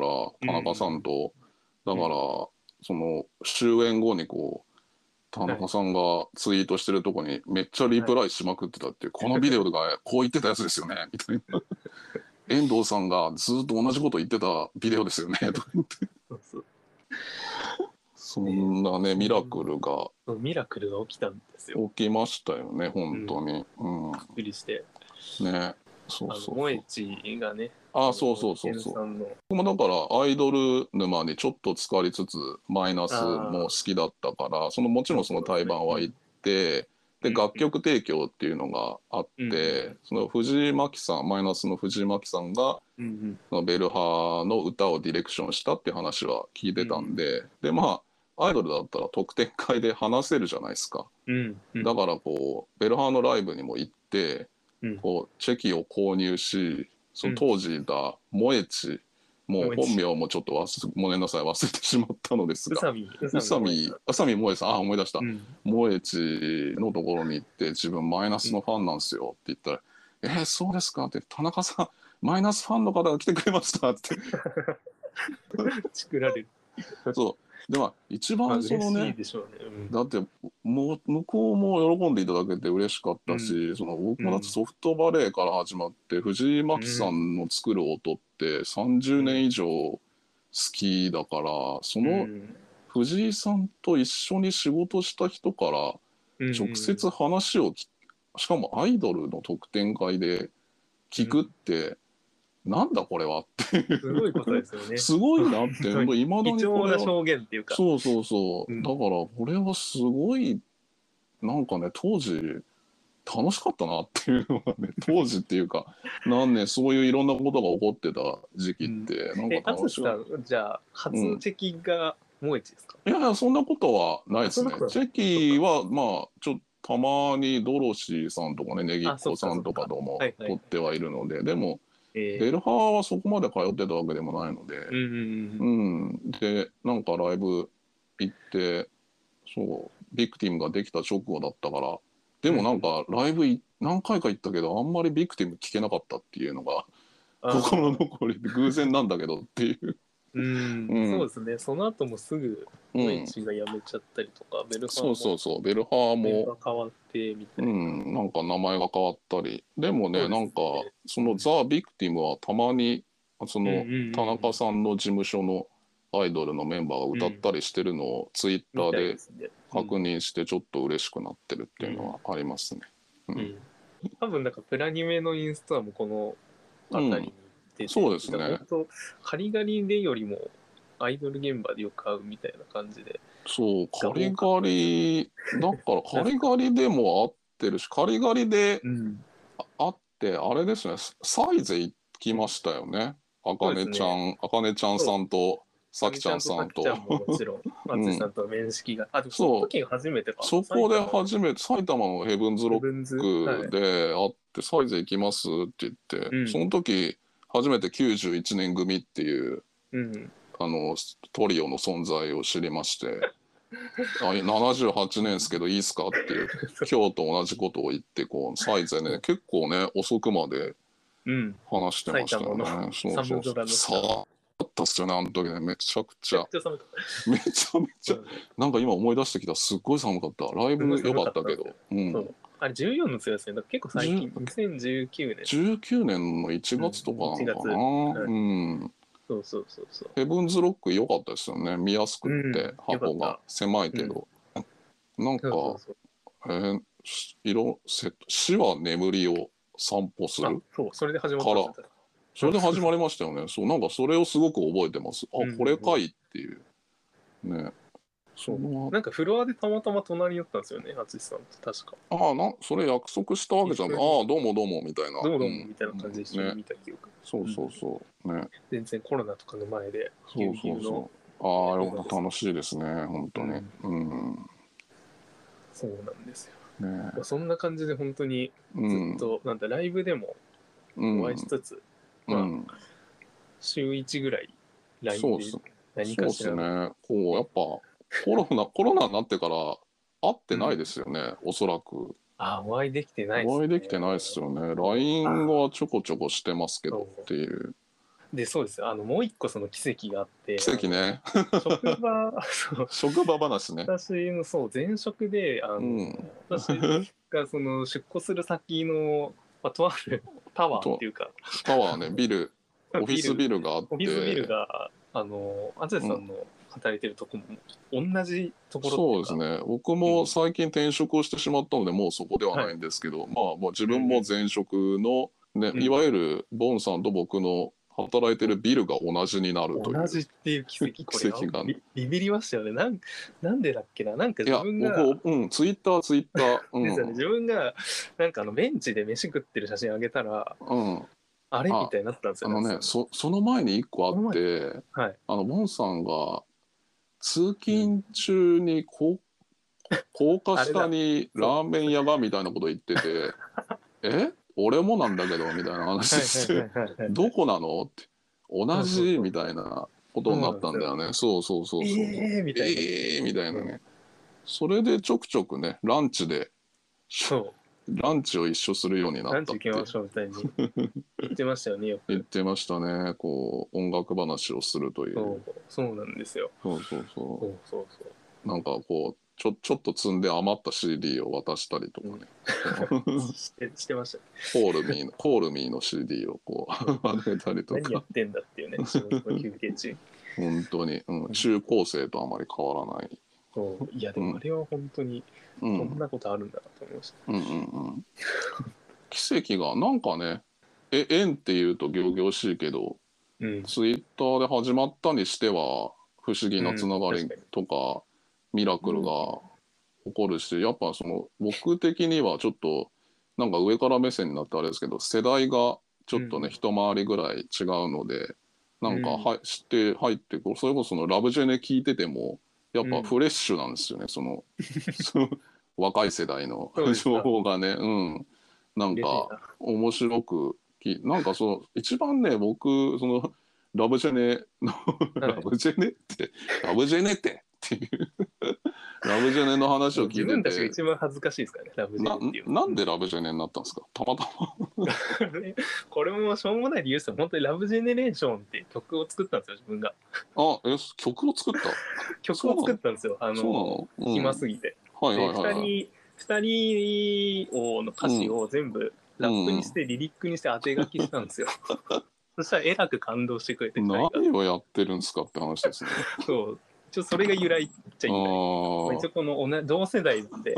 う田中さんんと。だから、 うんその終演後にこう、 田中さんがツイートしてるとこにめっちゃリプライしまくってたっていう、このビデオがこう言ってたやつですよねみたいな。遠藤さんがずっと同じこと言ってたビデオですよねとか言って。 そうそう。 そんなね、ミラクルがミラクルが起きたんですよ。 起きましたよね、本当に。 びっくりして。 ね、そうそうそう。 萌えちがね。 そうそうそうそう。僕もだからアイドル沼にちょっと浸かりつつ、マイナスも好きだったから、もちろんその対バンは行って、で楽曲提供っていうのがあって、その藤井真希さん、マイナスの藤井真希さんが、ベルハの歌をディレクションしたっていう話は聞いてたんで、でまあアイドルだったら特典会で話せるじゃないですか。だからこうベルハのライブにも行って、こうチェキを購入し、その当時いた萌えち、もう本名もちょっとごめんなさい忘れてしまったのですが、宇佐美萌えさん、思い出した、萌えちのところに行って、自分マイナスのファンなんですよって言ったら、そうですかって、田中さんマイナスファンの方が来てくれましたってチクられる。 そうで、一番そのね、だってもう向こうも喜んでいただけて嬉しかったし、僕もだってソフトバレーから始まって、藤井真希さんの作る音って30年以上好きだから、その藤井さんと一緒に仕事した人から直接話をしかもアイドルの特典会で聞くって、なんだこれはっていう、 すごいことですよね。 すごいなって、いまだにこれは貴重な証言っていうか、 そうそうそう、だからこれはすごいなんかね、当時楽しかったなっていうのがね、当時っていうか何年そういういろんなことが起こってた時期って、なんか楽しかった。 じゃあ初チェキが萌えちですか？ いやそんなことはないですね。チェキはまあちょっとたまにドロシーさんとかね、ネギっ子さんとかとも撮ってはいるので、でもベルハーはそこまで通ってたわけでもないので、でなんかライブ行って、ビクティムができた直後だったから、でもなんかライブ何回か行ったけどあんまりビクティム聞けなかったっていうのが心残りで、偶然なんだけどっていう。 そうですね。その後もすぐ萌えちが辞めちゃったりとか、ベルハーもベルハーも変わってみたいな。 なんか名前が変わったり、でもね、なんかそのザ・ビクティムはたまにその田中さんの事務所のアイドルのメンバーが歌ったりしてるのをツイッターで確認して、ちょっと嬉しくなってるっていうのはありますね。 多分なんかプラニメのインスタもこのあたりに出て、 そうですね。 カリガリでよりもアイドル現場でよく会うみたいな感じで。 そうカリガリだからカリガリでも会ってるし、カリガリで会ってあれですね、サイゼ行きましたよね。あかねちゃんさんとさきちゃんさんと、 もちろん松井さんと面識が、その時が初めてか。 そこで初めて埼玉のヘブンズロックで会って、サイゼ行きますって言って、その時初めて91年組っていうトリオの存在を知りまして、78年ですけどいいっすかっていう、今日と同じことを言って、こうサイゼね結構ね遅くまで話してましたよね。そうだったっすよね、あの時ね。めちゃくちゃめちゃめちゃなんか今思い出してきた、すっごい寒かった。ライブ良かったけど、 あれ14の強いですね。結構最近、2019年 19年の1月とかなのかな。 そうヘブンズロック良かったですよね。見やすくって箱が狭いけど、なんか死は眠りを散歩するそれで始まったから、 それで始まりましたよね。なんかそれをすごく覚えてます。これかいっていうね。 なんかフロアでたまたま隣に寄ったんですよね、淳さんと確か。 それ約束したわけじゃない。どうもどうもみたいな。 どうもどうもみたいな感じで一緒に見た記憶。 そうね。 全然コロナとかの前で。 楽しいですね、本当に。 そうなんですよ。そんな感じで本当にずっとなんだライブでもお会いしつつ、週1ぐらい LINE で何かしら。 そうですね。こうやっぱコロナになってから会ってないですよね、おそらく。 お会いできてないですね。 お会いできてないですよね。LINE はちょこちょこしてますけどっていう。 で、そうです。もう一個その奇跡があって、 奇跡ね。 職場、そう、 職場話ね。 私の、そう、前職で、私がその出向する先の、とあるタワーっていうか、 タワーね、ビル、オフィスビルがあって、 オフィスビルが、あずさんの働いてるとこも同じところっていうか、 そうですね。僕も最近転職をしてしまったので、もうそこではないんですけど、まあ、もう自分も前職の、ね、いわゆるボンさんと僕の働いてるビルが同じになるという。 同じっていう奇跡、これ奇跡がね。 ビビりましたよね。なんでだっけな、なんかいや、 自分が、 僕、ツイッター、 ですよね、自分が、なんかベンチで飯食ってる写真あげたら、あれみたいになったんですよね。 その前に一個あって、 はい、 ボンさんが通勤中に高架下にラーメン屋がみたいなこと言ってて、俺もなんだけどみたいな話してどこなのって同じみたいなことになったんだよね。そうみたいな。 みたいなね。それでちょくちょくねランチを一緒するようになったって。 ランチ行きましょうみたいに言ってましたよね、よく。 言ってましたね。こう音楽話をするという。 そうなんですよ。 そうなんかこうちょっと積んで余った CD を渡したりとかね。 してましたね。 コールミーの CD をこうあげたりとか。 何やってんだっていうね、仕事の休憩中。 本当に、中高生とあまり変わらない。 いやでもあれは本当にこんなことあるんだなと思いました。 奇跡がなんかね、縁っていうと仰々しいけど、ツイッターで始まったにしては不思議なつながりとか、ミラクルが起こるし、やっぱその僕的にはちょっとなんか上から目線になってあれですけど、世代がちょっとね、一回りぐらい違うので、なんか知って入ってそれこそのラブジェネ聞いててもやっぱフレッシュなんですよね、その若い世代の情報がね。なんか面白くなんかその一番ね、僕そのラブジェネのラブジェネっていうラブジェネの話を聞いてて、 自分たちが一番恥ずかしいですからね、ラブジェネっていう。 なんでラブジェネになったんですか、たまたま。 これもしょうもない理由ですよ。本当にラブジェネレーションって曲を作ったんですよ、自分が。 曲を作った曲を作ったんですよ。暇すぎて。二人の歌詞を全部ラップにしてリリックにして当て書きしたんですよ。そしたらえらく感動してくれて、 何をやってるんですかって話ですね。 そうそれが由来っちゃ由来。一応この同世代で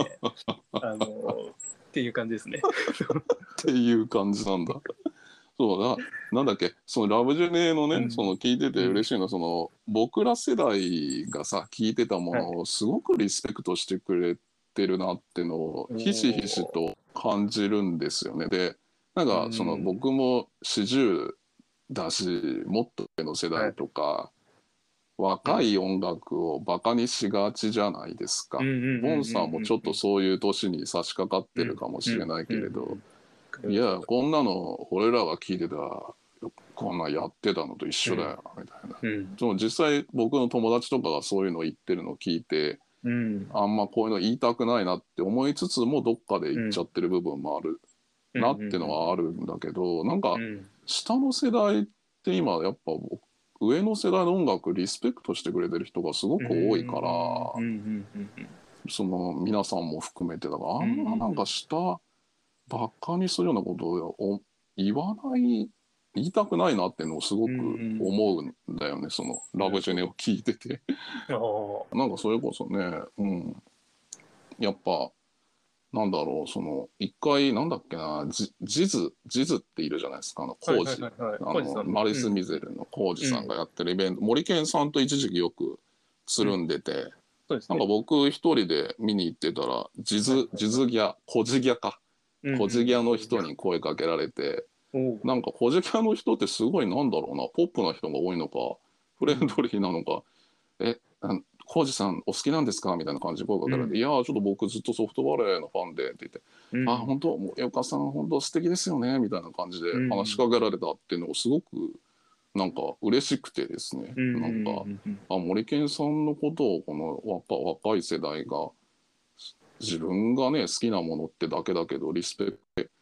っていう感じですね。 っていう感じなんだ。なんだっけ、そのラブジェネのね、その聞いてて嬉しいのは、その僕ら世代がさ聞いてたものをすごくリスペクトしてくれてるなってのをひしひしと感じるんですよね。でなんかその僕も40だし、もっと上の世代とか、若い音楽をバカにしがちじゃないですか。ボンさんもちょっとそういう年に差し掛かってるかもしれないけれど、いやこんなの俺らが聞いてたこんなんやってたのと一緒だよみたいな、その実際僕の友達とかがそういうの言ってるのを聞いて、あんまこういうの言いたくないなって思いつつもどっかで言っちゃってる部分もあるなってのはあるんだけど、なんか下の世代って今やっぱ上の世代の音楽リスペクトしてくれてる人がすごく多いから、その皆さんも含めてだから、あんななんか下バカにするようなことを言いたくないなっていうのをすごく思うんだよね、そのラブジェネを聞いててなんかそれこそね、やっぱなんだろう、その一回なんだっけな、ジズっているじゃないですか、コージ、マリス・ミゼルのコージさんがやってるイベント、森健さんと一時期よくつるんでて、なんか僕一人で見に行ってたらジズギャコジギャの人に声かけられて、なんかコジギャの人ってすごいなんだろうな、ポップな人が多いのかフレンドリーなのか、コージさんお好きなんですかみたいな感じで声かけられて、いやちょっと僕ずっとソフトバレーのファンでって言って、あ本当森岡さん本当素敵ですよねみたいな感じで話しかけられたっていうのをすごくなんか嬉しくてですね、なんか森健さんのことをこの若い世代が自分がね好きなものってだけだけどリスペクト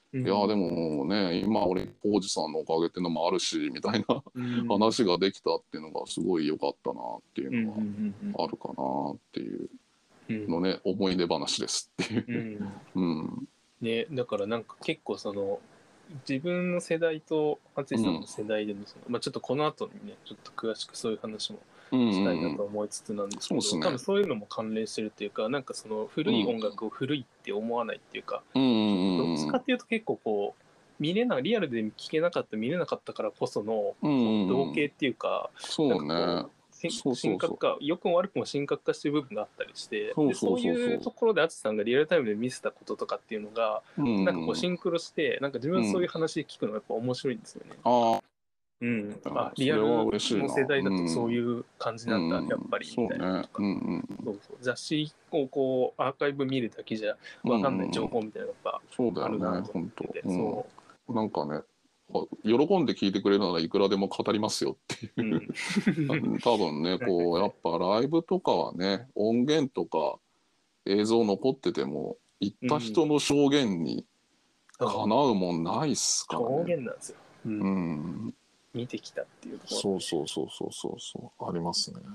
うん、 いやでもね今俺浩二さんのおかげっていうのもあるしみたいなうん話ができたっていうのがすごい良かったなっていうのうんうんはあるかなっていううんのね、思い出話ですっていうう、んうんね、だからなんか結構自分の世代と淳さんの世代でのまあ、ちょっとこの後にねちょっと詳しくそういう話もしたいなと思いつつなんですけど、 そうですね多分そういうのも関連してるっていうか、なんか古い音楽を古いって思わないっていうか、どっちかっていうと結構こうリアルで聴けなかった見れなかったからこその同型っていうか、 そうね神格化、良くも悪くも神格化してる部分があったりして、 そういうところで淳さんがリアルタイムで見せたこととかっていうのが、なんかこうシンクロして、なんか自分そういう話聞くのがやっぱ面白いんですよね。 あうん、 リアルの世代だとそういう感じなんだ、やっぱりみたいなとか、そう雑誌をこうアーカイブ見るだけじゃ分かんない情報みたいなのがやっぱあるなと思ってて、 なんかね喜んで聞いてくれるならいくらでも語りますよっていう、多分ねこうやっぱライブとかはね音源とか映像残ってても行った人の証言にかなうもんないっすからね。 証言なんですよ。見てきたっていうところ。 そうありますね。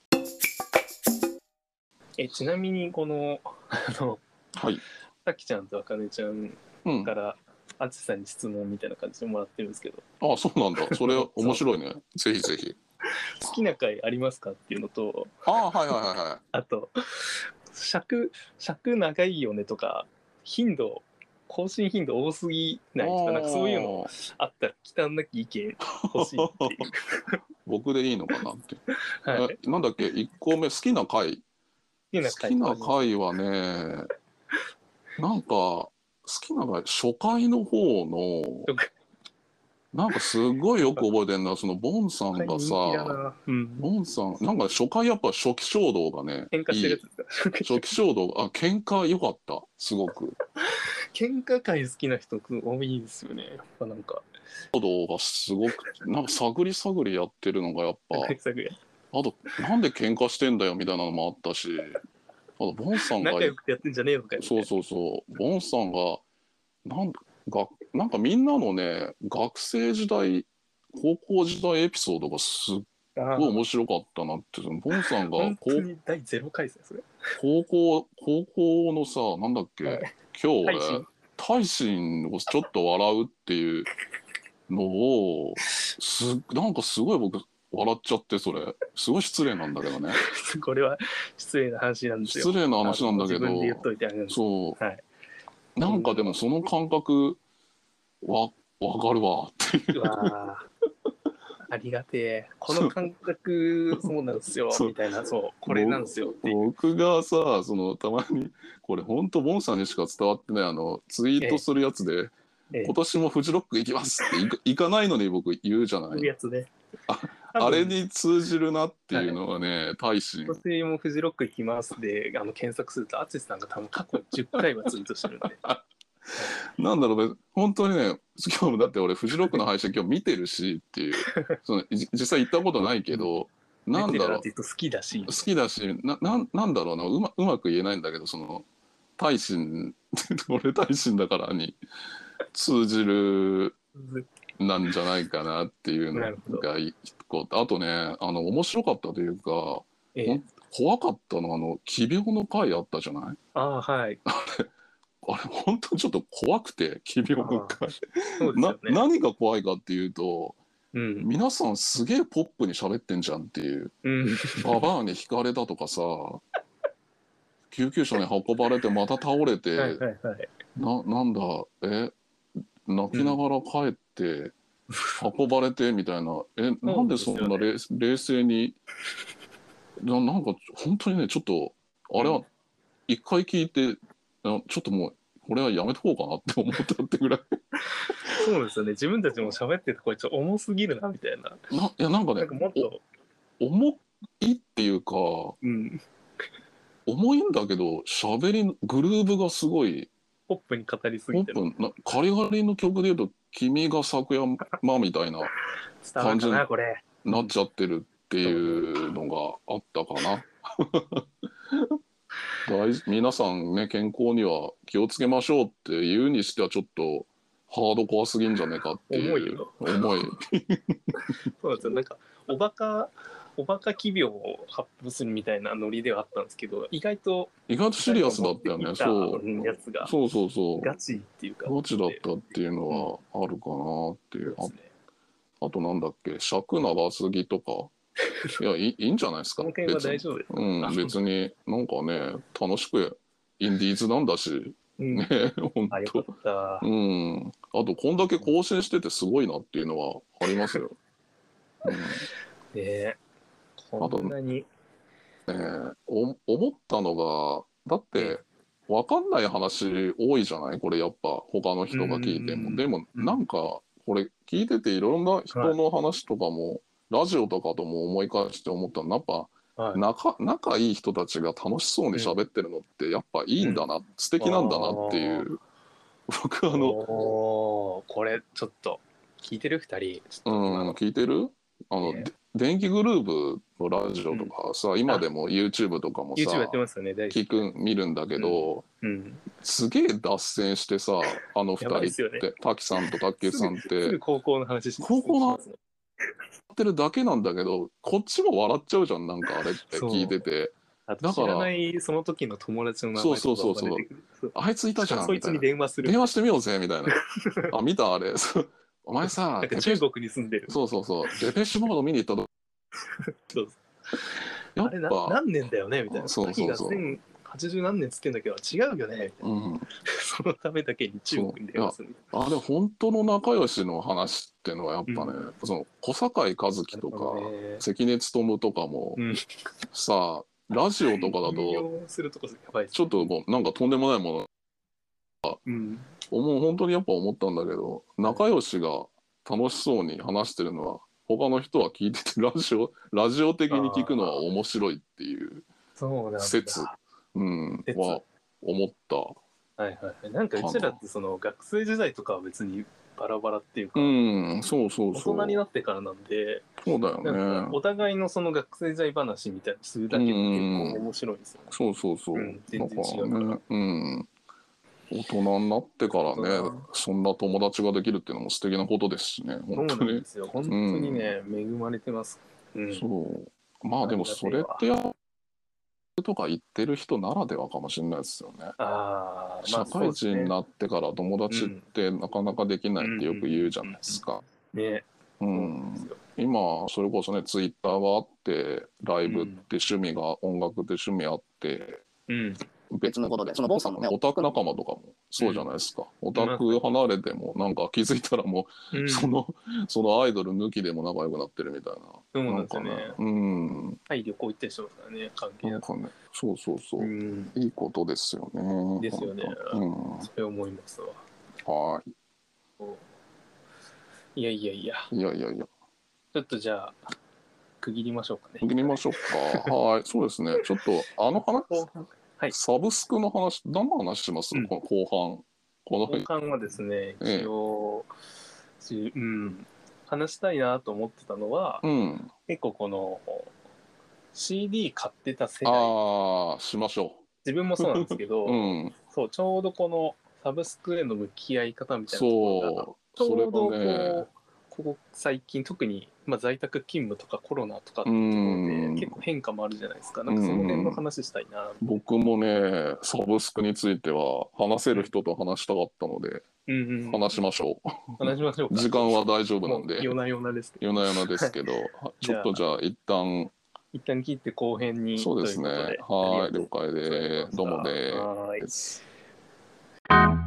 ちなみにはい。 さきちゃんとあかねちゃんからあつさんに質問みたいな感じでもらってるんですけど。 あ、そうなんだ。それ面白いね。ぜひぜひ。 好きな回ありますかっていうのと、 はい。 あと尺長いよねとか更新頻度多すぎないとか、なんかそういうのあったら忌憚なき意見欲しいっていう僕でいいのかなって、 はい、 なんだっけ1個目好きな回はねなんか好きな回初回の方のなんかすごいよく覚えてるのはそのボンさんがさ、ボンさんなんか初回やっぱ初期衝動がね喧嘩してるやつですか？ 初期衝動喧嘩良かったすごく喧嘩会好きな人多いですよねやっぱなんか衝動がすごくなんか探りやってるのがやっぱあとなんで喧嘩してんだよみたいなのもあったしあとボンさんが仲良くてやってんじゃねえのかよボンさんがなんかみんなのね学生時代高校時代エピソードがすっごい面白かったなってボンさんが本当に第0回ですねそれ高校のさなんだっけ、今日俺大臣をちょっと笑うっていうのをなんかすごい僕笑っちゃってそれすごい失礼なんだけどねこれは失礼な話なんですよ。 失礼な話なんだけどそう、はい、 なんかでもその感覚わかるわっていうありがてえこの感覚そうなんですよみたいなこれなんですよって僕がさたまにこれほんとボンさんにしか伝わってないツイートするやつで、今年もフジロック行きますって行かないのに僕言うじゃないやつねあれに通じるなっていうのはね、大使今年もフジロック行きますで検索すると淳さんが多分過去10回はツイートしてるんでなんだろうね本当にね今日もだって俺フジロックの配信今日見てるしっていう実際行ったことないけどなんだろう好きだしなんだろうなうまく言えないんだけど大臣俺大臣だからに通じるなんじゃないかなっていうのが一個あとね面白かったというか、怖かったの奇病の回あったじゃない？ はいあれ本当ちょっと怖くて奇病の回何が怖いかっていうと、皆さんすげえポップに喋ってんじゃんっていう、ババアにひかれたとかさ救急車に運ばれてまた倒れてなんだ泣きながら帰って運ばれてみたいななんでそんな冷静になんか本当にねちょっとあれは一回聞いてちょっともうこれはやめとこうかなって思ったってぐらいそうですよね自分たちも喋っててこれちょっと重すぎるなみたいないやなんかねもっと重いっていうか、重いんだけど喋りグルーヴがすごいポップに語りすぎてるカリガリの曲でいうと「君が咲く山」みたいな感じになっちゃってるっていうのがあったかな皆さんね健康には気をつけましょうって言うにしてはちょっとハードコアすぎんじゃねえかっていう重いよ重い。 そうなんですよ。なんかおバカ奇病を発布するみたいなノリではあったんですけど、意外とシリアスだったよね。そうやつがそうそうそうガチっていうかガチだったっていうのはあるかなっていう。 ですね。 あとなんだっけ、尺長すぎとか。いや、いいんじゃないですか。 この件は大丈夫ですか。 別になんかね、楽しくインディーズなんだし、ね、本あ、よか当。 った。 あとこんだけ更新しててすごいなっていうのはありますよ。 こんなに。 思ったのが、だって分かんない話多いじゃないこれやっぱ他の人が聞いても。でもなんかこれ聞いてていろんな人の話とかも、ラジオとかとも思い返して思ったのやっぱ、仲いい人たちが楽しそうに喋ってるのってやっぱいいんだな、素敵なんだなっていう。僕これちょっと聞いてる2人ちょっと聞いてる電気グルーヴのラジオとかさ、今でも YouTube とかもさ YouTube やってますよね。 見るんだけど、すげえ脱線してさ、あの2人って滝さんと卓球さんって高校の話して高校のやってるだけなんだけど、こっちも笑っちゃうじゃん、なんかあれって聞いてて。 だから知らないその時の友達の名前とかが出てくる。あいついたじゃんそいつに電話する。 電話してみようぜみたいな。あ、見たあれ。お前さ、 中国に住んでる。 そうデペッシュモード見に行ったと。 あれ何年だよねみたいな。滝が1080何年つってんだけど違うよねみたいな。そのためだけに中国に電話する。 あれ本当の仲良しの話っていうのはやっぱね、その小堺一樹とか関根勤とかもさ、ラジオとかだとちょっとなんかとんでもないものもう本当にやっぱ思ったんだけど、仲良しが楽しそうに話してるのは他の人は聞いててラジオ的に聞くのは面白いっていう説は思った。 なんかうちらってその学生時代とかは別にバラバラっていうか、 大人になってからなんで、 そうだよね。 お互いのその学生時代話みたいにするだけで結構面白いですよね。全然違うから。 大人になってからね、そんな友達ができるっていうのも素敵なことですしね、本当に。そうなんですよ。 本当にね、恵まれてます。 まあでもそれってとか言ってる人ならではかもしれないですよね。社会人になってから友達ってなかなかできないってよく言うじゃないですか。今それこそね、ツイッターがあってライブって趣味が、音楽って趣味あって、別のことでそのボンさんのねオタク仲間とかもそうじゃないですか。オタク離れてもなんか気づいたらもうそのアイドル抜きでも仲良くなってるみたいな。 そうなんですよね。はい、旅行行ったりしてますからね、関係なく。そういいことですよね。 ですよね。それ思いますわ。 はい。 いや。ちょっとじゃあ区切りましょうかね。 区切りましょうか。はい、そうですね。ちょっと話、サブスクの話、何の話します？この後半。 後半はですね、一応、話したいなと思ってたのは、結構この CD 買ってた世代。 しましょう。 自分もそうなんですけど、そうちょうどこのサブスクへの向き合い方みたいなところがちょうどここ最近特に、在宅勤務とかコロナとかっていうところで結構変化もあるじゃないですか。なんかその辺の話したいな。 僕もね、サブスクについては話せる人と話したかったので、話しましょう。 話しましょうか。 時間は大丈夫なんで。 夜な夜なですけど。 夜な夜なですけど、ちょっとじゃあ一旦切って後編に。 そうですね。はい、了解です。どうもです。